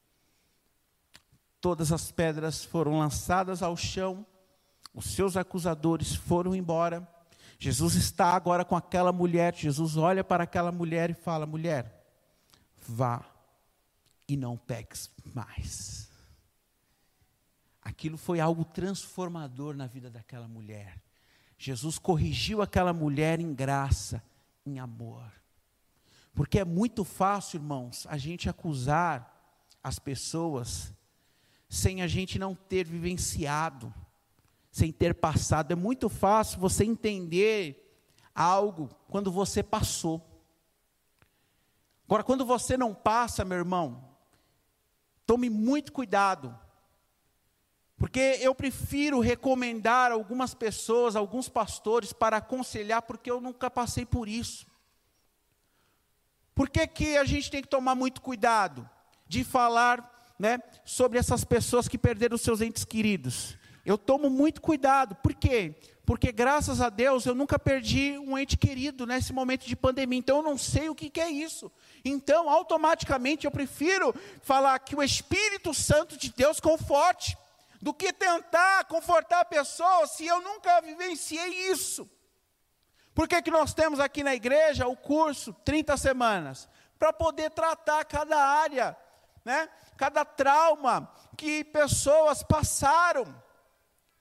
Todas as pedras foram lançadas ao chão, os seus acusadores foram embora. Jesus está agora com aquela mulher. Jesus olha para aquela mulher e fala: mulher, vá e não peques mais. Aquilo foi algo transformador na vida daquela mulher. Jesus corrigiu aquela mulher em graça, em amor. Porque é muito fácil, irmãos, a gente acusar as pessoas sem a gente não ter vivenciado, sem ter passado. É muito fácil você entender algo quando você passou. Agora, quando você não passa, meu irmão, tome muito cuidado. Porque eu prefiro recomendar algumas pessoas, alguns pastores, para aconselhar, porque eu nunca passei por isso. Por que a gente tem que tomar muito cuidado de falar, sobre essas pessoas que perderam seus entes queridos? Eu tomo muito cuidado. Por quê? Porque graças a Deus eu nunca perdi um ente querido nesse momento de pandemia. Então eu não sei o que é isso. Então automaticamente eu prefiro falar que o Espírito Santo de Deus conforte, do que tentar confortar a pessoa se eu nunca vivenciei isso. Por que nós temos aqui na igreja o curso 30 semanas? Para poder tratar cada área, cada trauma que pessoas passaram.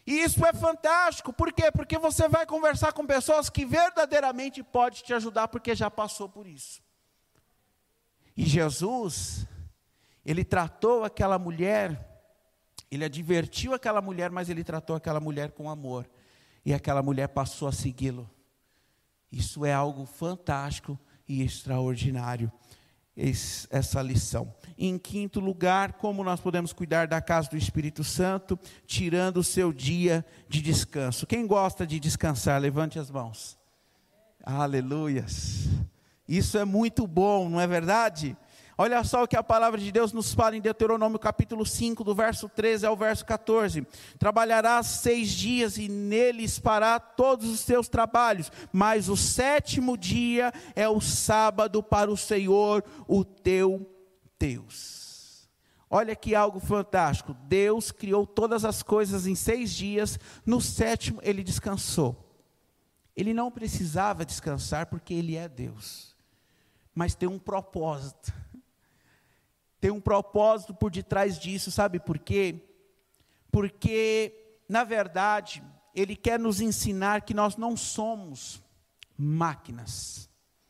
E isso é fantástico, por quê? Porque você vai conversar com pessoas que verdadeiramente podem te ajudar, porque já passou por isso. E Jesus, ele tratou aquela mulher, ele advertiu aquela mulher, mas ele tratou aquela mulher com amor. E aquela mulher passou a segui-lo. Isso é algo fantástico e extraordinário, essa lição. Em quinto lugar, como nós podemos cuidar da casa do Espírito Santo, tirando o seu dia de descanso. Quem gosta de descansar, levante as mãos. Aleluias. Isso é muito bom, não é verdade? Olha só o que a palavra de Deus nos fala em Deuteronômio capítulo 5, do verso 13 ao verso 14. Trabalharás 6 dias e neles fará todos os teus trabalhos, mas o 7º dia é o sábado para o Senhor, o teu Deus. Olha que algo fantástico. Deus criou todas as coisas em 6 dias, no 7º ele descansou. Ele não precisava descansar porque ele é Deus, mas tem um propósito. Tem um propósito por detrás disso, sabe por quê? Porque, na verdade, Ele quer nos ensinar que nós não somos máquinas.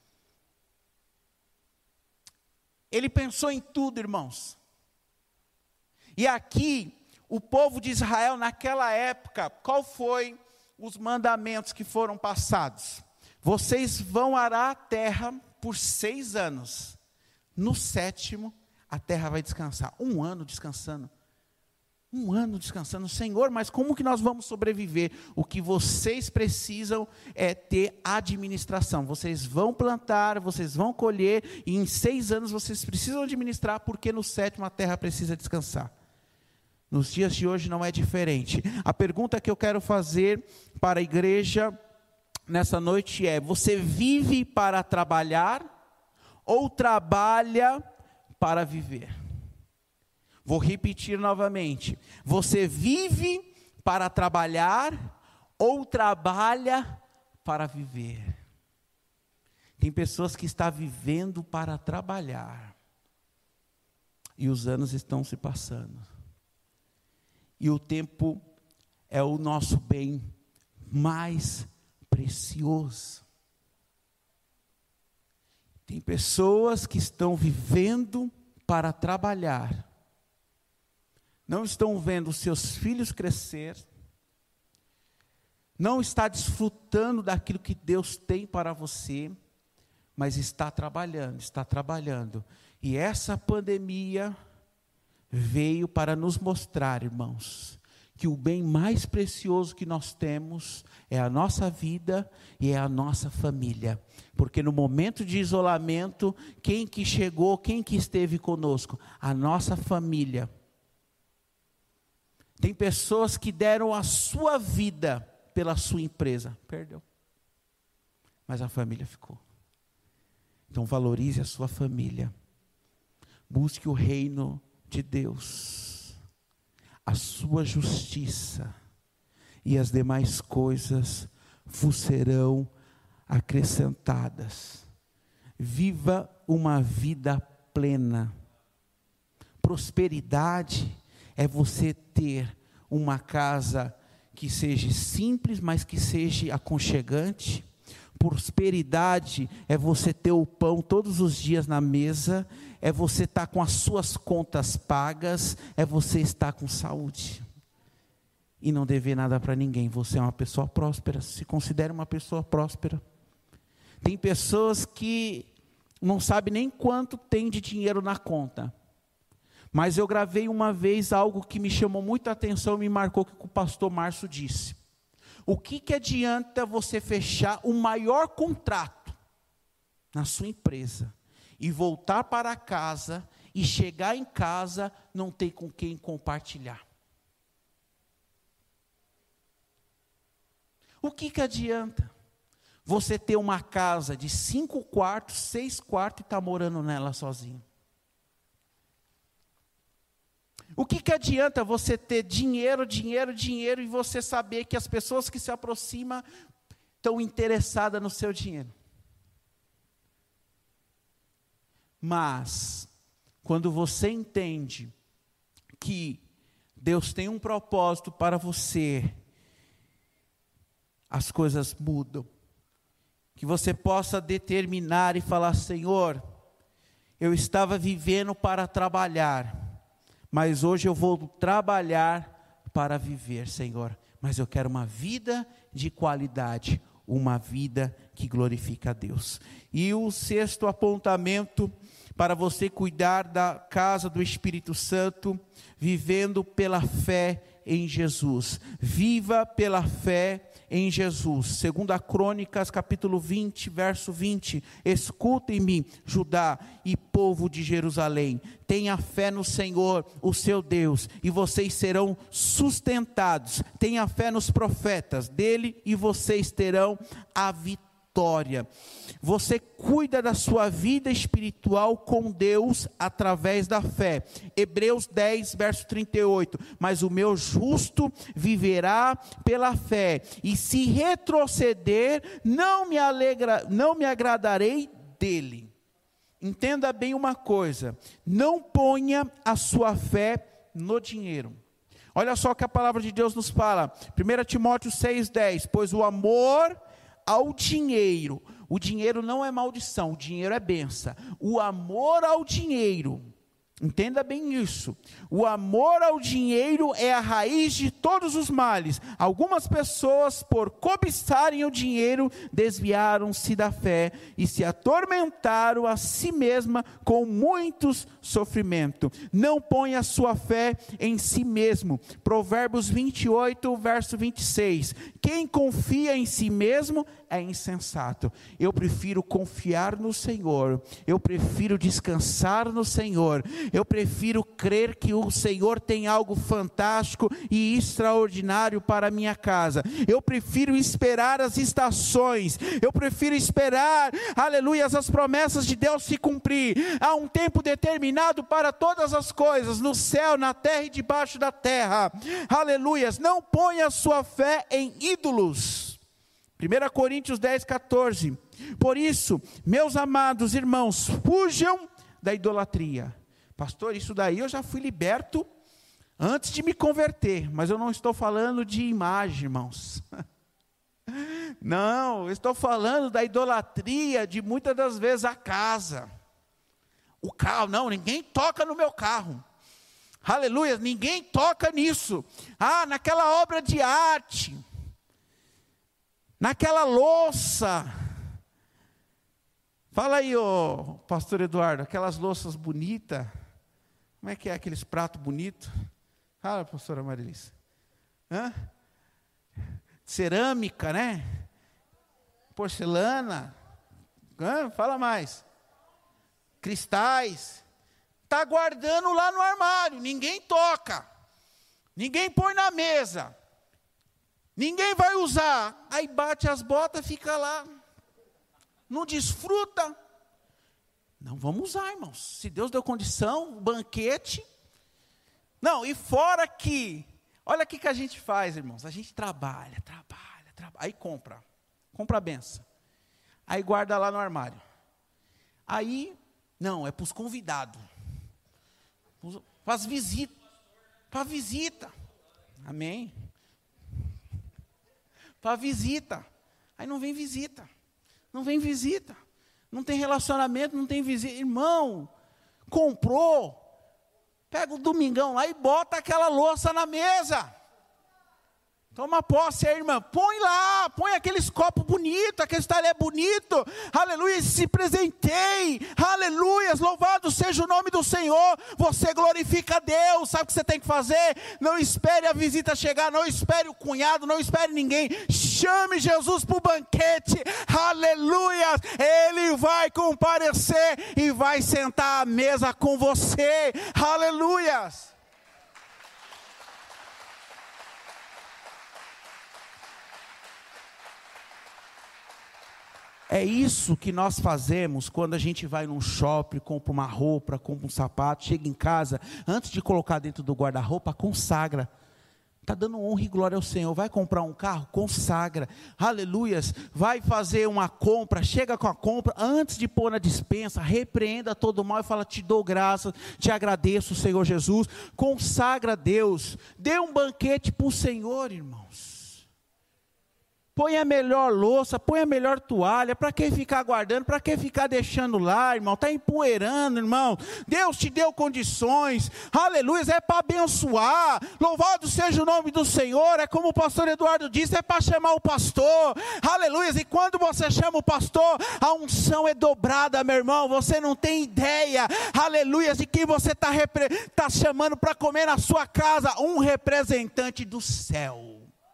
Ele pensou em tudo, irmãos. E aqui, o povo de Israel, naquela época, qual foi os mandamentos que foram passados? Vocês vão arar a terra por 6 anos. No 7º, a terra vai descansar. 1 ano descansando. 1 ano descansando. Senhor, mas como que nós vamos sobreviver? O que vocês precisam é ter administração. Vocês vão plantar, vocês vão colher, e em 6 anos vocês precisam administrar, porque no 7º a terra precisa descansar. Nos dias de hoje não é diferente. A pergunta que eu quero fazer para a igreja nessa noite é: você vive para trabalhar ou trabalha para viver? Vou repetir novamente. Você vive para trabalhar ou trabalha para viver? Tem pessoas que estão vivendo para trabalhar e os anos estão se passando. E o tempo é o nosso bem mais precioso. Tem pessoas que estão vivendo para trabalhar, não estão vendo os seus filhos crescer, não está desfrutando daquilo que Deus tem para você, mas está trabalhando. E essa pandemia veio para nos mostrar, irmãos, que o bem mais precioso que nós temos é a nossa vida e é a nossa família. Porque no momento de isolamento, quem que chegou, quem que esteve conosco? A nossa família. Tem pessoas que deram a sua vida pela sua empresa. Perdeu. Mas a família ficou. Então valorize a sua família. Busque o reino de Deus, a sua justiça, e as demais coisas vos serão acrescentadas. Viva uma vida plena. Prosperidade é você ter uma casa que seja simples, mas que seja aconchegante. Prosperidade é você ter o pão todos os dias na mesa, é você estar com as suas contas pagas, é você estar com saúde e não dever nada para ninguém. Você é uma pessoa próspera, se considere uma pessoa próspera. Tem pessoas que não sabem nem quanto tem de dinheiro na conta, mas eu gravei uma vez algo que me chamou muita atenção e me marcou, que o pastor Márcio disse: o que adianta você fechar o maior contrato na sua empresa e voltar para casa e chegar em casa não ter com quem compartilhar? O que adianta você ter uma casa de 5 quartos, 6 quartos e estar morando nela sozinho? O que adianta você ter dinheiro e você saber que as pessoas que se aproximam estão interessadas no seu dinheiro? Mas, quando você entende que Deus tem um propósito para você, as coisas mudam. Que você possa determinar e falar: Senhor, eu estava vivendo para trabalhar, mas hoje eu vou trabalhar para viver, Senhor. Mas eu quero uma vida de qualidade, uma vida que glorifica a Deus. E o sexto apontamento para você cuidar da casa do Espírito Santo, vivendo pela fé em Jesus. Viva pela fé em Jesus. 2 Crônicas, capítulo 20, verso 20. Escutem-me, Judá e povo de Jerusalém. Tenha fé no Senhor, o seu Deus, e vocês serão sustentados. Tenha fé nos profetas dele, e vocês terão a vitória. Você cuida da sua vida espiritual com Deus através da fé. Hebreus 10, verso 38. Mas o meu justo viverá pela fé, e se retroceder, não me agradarei dele. Entenda bem uma coisa: não ponha a sua fé no dinheiro. Olha só o que a palavra de Deus nos fala, 1 Timóteo 6,10, pois o amor ao dinheiro, o dinheiro não é maldição, o dinheiro é bênção. O amor ao dinheiro, entenda bem isso, o amor ao dinheiro é a raiz de todos os males. Algumas pessoas, por cobiçarem o dinheiro, desviaram-se da fé e se atormentaram a si mesma com muitos sofrimentos. Não ponha a sua fé em si mesmo. Provérbios 28, verso 26. Quem confia em si mesmo é insensato. Eu prefiro confiar no Senhor, eu prefiro descansar no Senhor, eu prefiro crer que o Senhor tem algo fantástico e extraordinário para a minha casa. Eu prefiro esperar as estações, eu prefiro esperar, aleluia, as promessas de Deus se cumprir. Há um tempo determinado para todas as coisas, no céu, na terra e debaixo da terra, aleluia. Não ponha a sua fé em ídolos. 1 Coríntios 10, 14. Por isso, meus amados irmãos, fujam da idolatria. Pastor, isso daí eu já fui liberto antes de me converter, mas eu não estou falando de imagem, irmãos. Não, eu estou falando da idolatria de muitas das vezes a casa, o carro. Não, ninguém toca no meu carro. Aleluia, ninguém toca nisso. Ah, naquela obra de arte, naquela louça. Fala aí, ô pastor Eduardo, aquelas louças bonitas. Como é que é aqueles pratos bonitos? Fala, pastora Marilisa. Cerâmica, né? Porcelana. Fala mais. Cristais. Está guardando lá no armário. Ninguém toca. Ninguém põe na mesa. Ninguém vai usar. Aí bate as botas, fica lá. Não desfruta. Não vamos usar, irmãos. Se Deus deu condição, banquete. Não, e fora que, olha o que a gente faz, irmãos. A gente trabalha. Aí compra a benção. Aí guarda lá no armário. Aí, não, é para os convidados. Para as visitas. Para visita. Amém. Para visita. Aí não vem visita. Não vem visita. Não tem relacionamento, não tem visita. Irmão, comprou. Pega o domingão lá e bota aquela louça na mesa. Toma posse aí, irmã. Põe lá, põe aqueles copos bonitos, aqueles talher bonito. Aleluia, se presenteie. Aleluia, louvado seja o nome do Senhor. Você glorifica a Deus. Sabe o que você tem que fazer? Não espere a visita chegar, não espere o cunhado, não espere ninguém. Chame Jesus para o banquete. Aleluia, Ele vai comparecer e vai sentar à mesa com você. Aleluia. É isso que nós fazemos quando a gente vai num shopping, compra uma roupa, compra um sapato, chega em casa, antes de colocar dentro do guarda-roupa, consagra. Está dando honra e glória ao Senhor. Vai comprar um carro? Consagra. Aleluias. Vai fazer uma compra, chega com a compra, antes de pôr na despensa, repreenda todo o mal e fala: te dou graça, te agradeço, Senhor Jesus. Consagra a Deus. Dê um banquete para o Senhor, irmãos. Põe a melhor louça, põe a melhor toalha. Para que ficar guardando? Para que ficar deixando lá, irmão? Está empoeirando, irmão. Deus te deu condições. Aleluia, é para abençoar. Louvado seja o nome do Senhor. É como o pastor Eduardo disse, é para chamar o pastor. Aleluia, e quando você chama o pastor, a unção é dobrada, meu irmão. Você não tem ideia, aleluia, de quem você está chamando para comer na sua casa. Um representante do céu.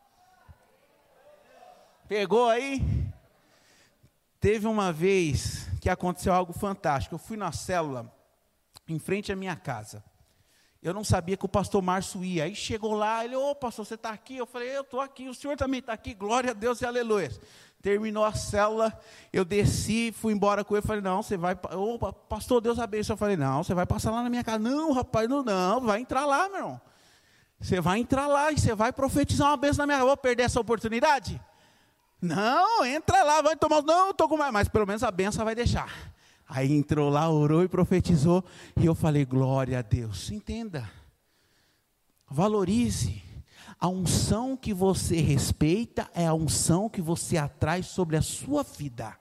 Pegou aí? Teve uma vez que aconteceu algo fantástico. Eu fui na célula, em frente à minha casa. Eu não sabia que o pastor Márcio ia. Aí chegou lá, ele, ô pastor, você está aqui? Eu falei, eu estou aqui, o senhor também está aqui, glória a Deus e aleluia. Terminou a célula, eu desci, fui embora com ele, falei, não, você vai, ô pastor, Deus abençoe. Eu falei, não, você vai passar lá na minha casa. Não, rapaz, não, vai entrar lá, meu irmão. Você vai entrar lá e você vai profetizar uma bênção na minha casa. Vou perder essa oportunidade? Não, entra lá, vai tomar, não, estou com mais, mas pelo menos a benção vai deixar. Aí entrou lá, orou e profetizou, e eu falei, glória a Deus. Entenda, valorize, a unção que você respeita, é a unção que você atrai sobre a sua vida.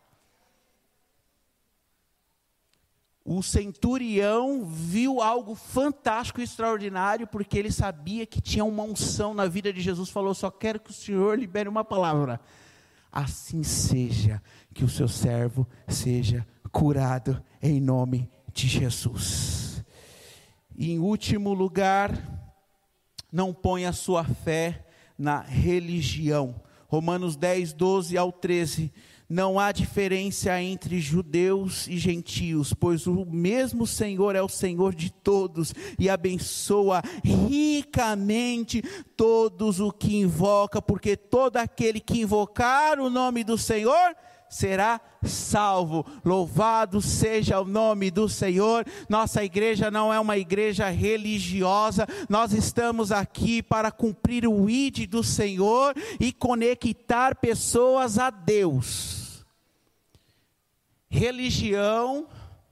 O centurião viu algo fantástico e extraordinário, porque ele sabia que tinha uma unção na vida de Jesus, falou, só quero que o Senhor libere uma palavra. Assim seja, que o seu servo seja curado em nome de Jesus. E em último lugar, não ponha a sua fé na religião. Romanos 10, 12 ao 13. Não há diferença entre judeus e gentios, pois o mesmo Senhor é o Senhor de todos e abençoa ricamente todos o que invoca, porque todo aquele que invocar o nome do Senhor será salvo. Louvado seja o nome do Senhor. Nossa igreja não é uma igreja religiosa, nós estamos aqui para cumprir o ID do Senhor e conectar pessoas a Deus. Religião,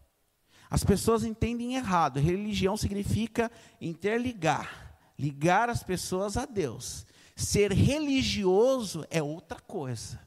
as pessoas entendem errado. Religião significa interligar, ligar as pessoas a Deus. Ser religioso é outra coisa.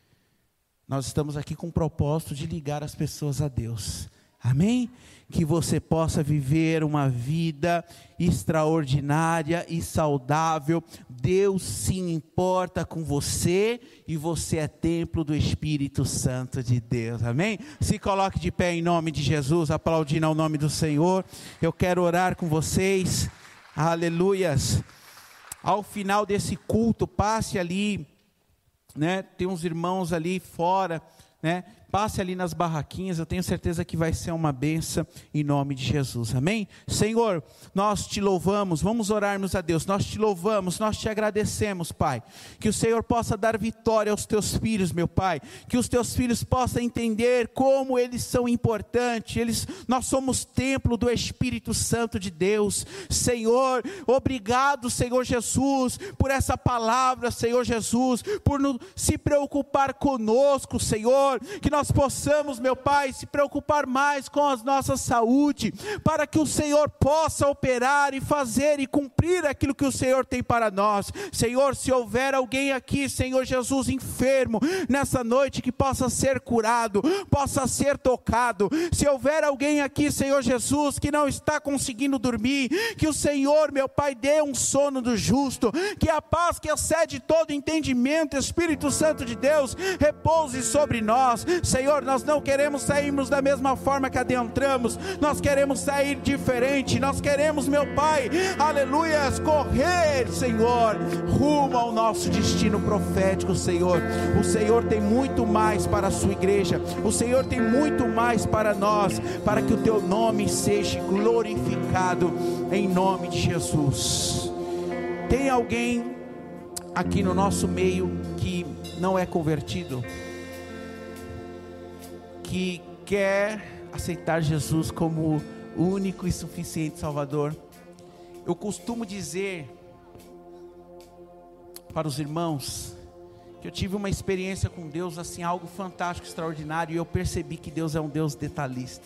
Nós estamos aqui com o propósito de ligar as pessoas a Deus. Amém? Que você possa viver uma vida extraordinária e saudável. Deus se importa com você e você é templo do Espírito Santo de Deus. Amém? Se coloque de pé em nome de Jesus, aplaudindo ao nome do Senhor. Eu quero orar com vocês. Aleluias. Ao final desse culto, passe ali, né? Tem uns irmãos ali fora, né? Passe ali nas barraquinhas, eu tenho certeza que vai ser uma bênção em nome de Jesus, amém? Senhor, nós te louvamos, vamos orarmos a Deus, nós te louvamos, nós te agradecemos, Pai, que o Senhor possa dar vitória aos teus filhos, meu Pai, que os teus filhos possam entender como eles são importantes, nós somos templo do Espírito Santo de Deus. Senhor, obrigado, Senhor Jesus, por essa palavra, Senhor Jesus, por se preocupar conosco, Senhor, que nós possamos, meu Pai, se preocupar mais com a nossa saúde, para que o Senhor possa operar e fazer e cumprir aquilo que o Senhor tem para nós. Senhor, se houver alguém aqui, Senhor Jesus, enfermo, nessa noite, que possa ser curado, possa ser tocado. Se houver alguém aqui, Senhor Jesus, que não está conseguindo dormir, que o Senhor, meu Pai, dê um sono do justo, que a paz que excede todo entendimento, Espírito Santo de Deus, repouse sobre nós. Senhor, nós não queremos sairmos da mesma forma que adentramos, nós queremos sair diferente, nós queremos, meu Pai, aleluias, correr, Senhor, rumo ao nosso destino profético, Senhor. O Senhor tem muito mais para a sua igreja, o Senhor tem muito mais para nós, para que o teu nome seja glorificado, em nome de Jesus. Tem alguém aqui no nosso meio que não é convertido, que quer aceitar Jesus como o único e suficiente Salvador? Eu costumo dizer para os irmãos que eu tive uma experiência com Deus, assim, algo fantástico, extraordinário, e eu percebi que Deus é um Deus detalhista.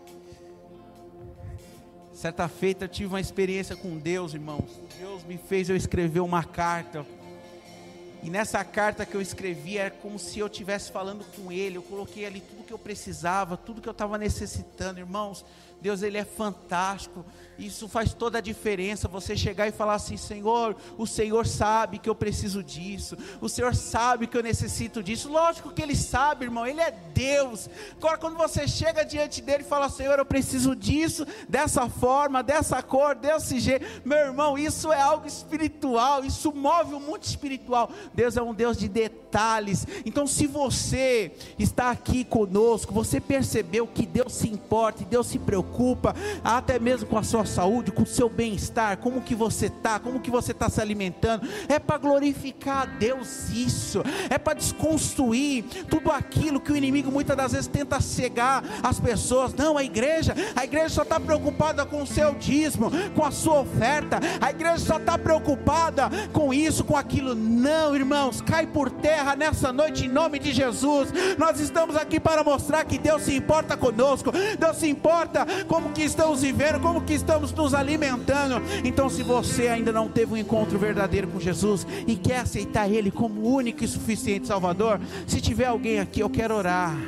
Certa feita eu tive uma experiência com Deus, irmãos. Deus me fez eu escrever uma carta E nessa carta que eu escrevi, era como se eu estivesse falando com Ele. Eu coloquei ali tudo que eu precisava, tudo que eu estava necessitando. Irmãos, Deus, Ele é fantástico. Isso faz toda a diferença, você chegar e falar assim: Senhor, o Senhor sabe que eu preciso disso, o Senhor sabe que eu necessito disso. Lógico que Ele sabe, irmão, Ele é Deus. Agora quando você chega diante dEle e fala: Senhor, eu preciso disso, dessa forma, dessa cor, desse jeito, meu irmão, isso é algo espiritual, isso move o mundo espiritual. Deus é um Deus de detalhes. Então se você está aqui conosco, você percebeu que Deus se importa, e Deus se preocupa, até mesmo com a sua saúde, com o seu bem-estar, como que você está, como que você está se alimentando, é para glorificar a Deus isso, é para desconstruir tudo aquilo que o inimigo muitas das vezes tenta cegar as pessoas. Não, a igreja só está preocupada com o seu dízimo, com a sua oferta, a igreja só está preocupada com isso, com aquilo. Não, irmãos, cai por terra nessa noite em nome de Jesus. Nós estamos aqui para mostrar que Deus se importa conosco, Deus se importa como que estamos vivendo, como que estamos nos alimentando. Então se você ainda não teve um encontro verdadeiro com Jesus e quer aceitar Ele como único e suficiente Salvador, se tiver alguém aqui, eu quero orar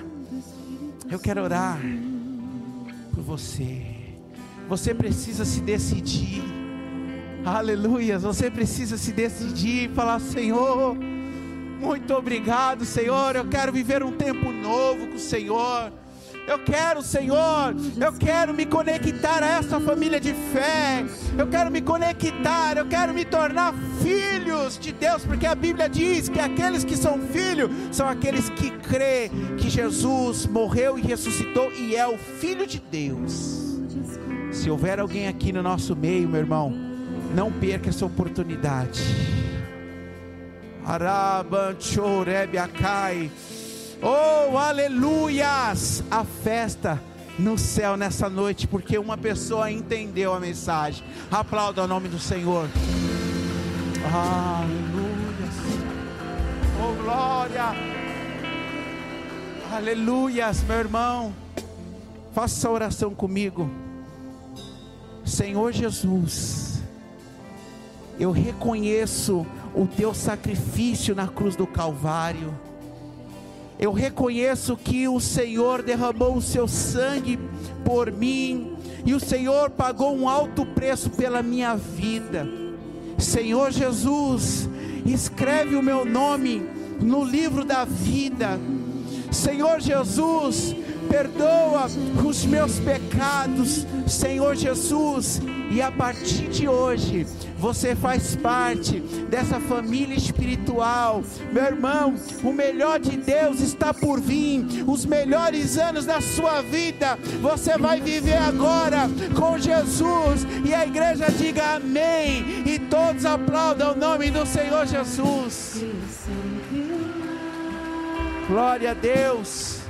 por você. Você precisa se decidir, aleluia, você precisa se decidir e falar: Senhor, muito obrigado, Senhor, eu quero viver um tempo novo com o Senhor. Eu quero, Senhor, eu quero me conectar a essa família de fé, eu quero me conectar, eu quero me tornar filhos de Deus, porque a Bíblia diz que aqueles que são filhos, são aqueles que crê que Jesus morreu e ressuscitou e é o Filho de Deus. Se houver alguém aqui no nosso meio, meu irmão, não perca essa oportunidade. Arabanchorebiacai. Oh, aleluias, a festa no céu nessa noite, porque uma pessoa entendeu a mensagem. Aplauda o nome do Senhor. Aleluias, oh glória, aleluias, meu irmão, faça essa oração comigo. Senhor Jesus, eu reconheço o teu sacrifício na cruz do Calvário. Eu reconheço que o Senhor derramou o seu sangue por mim, e o Senhor pagou um alto preço pela minha vida. Senhor Jesus, escreve o meu nome no livro da vida. Senhor Jesus, perdoa os meus pecados, Senhor Jesus, e a partir de hoje, você faz parte dessa família espiritual. Meu irmão, o melhor de Deus está por vir, os melhores anos da sua vida, você vai viver agora com Jesus, e a igreja diga amém, e todos aplaudam o nome do Senhor Jesus. Glória a Deus,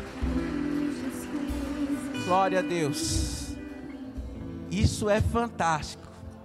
glória a Deus. Isso é fantástico,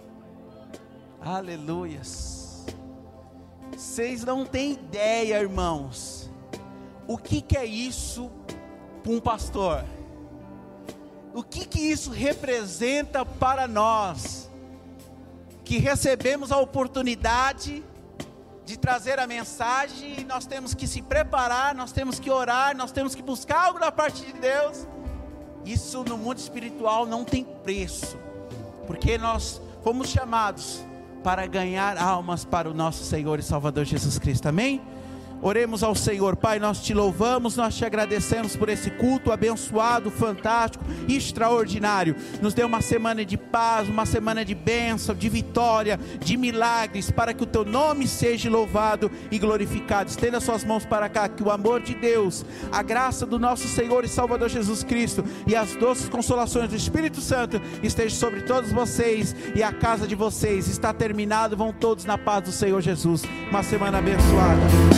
aleluias. Vocês não têm ideia, irmãos, o que é isso para um pastor, o que isso representa para nós, que recebemos a oportunidade de trazer a mensagem, e nós temos que se preparar, nós temos que orar, nós temos que buscar algo da parte de Deus. Isso no mundo espiritual não tem preço, porque nós fomos chamados para ganhar almas para o nosso Senhor e Salvador Jesus Cristo, amém? Oremos ao Senhor. Pai, nós te louvamos, nós te agradecemos por esse culto abençoado, fantástico, extraordinário. Nos dê uma semana de paz, uma semana de bênção, de vitória, de milagres, para que o teu nome seja louvado e glorificado. Estenda suas mãos para cá, que o amor de Deus, a graça do nosso Senhor e Salvador Jesus Cristo e as doces consolações do Espírito Santo estejam sobre todos vocês, e a casa de vocês está terminado. Vão todos na paz do Senhor Jesus. Uma semana abençoada.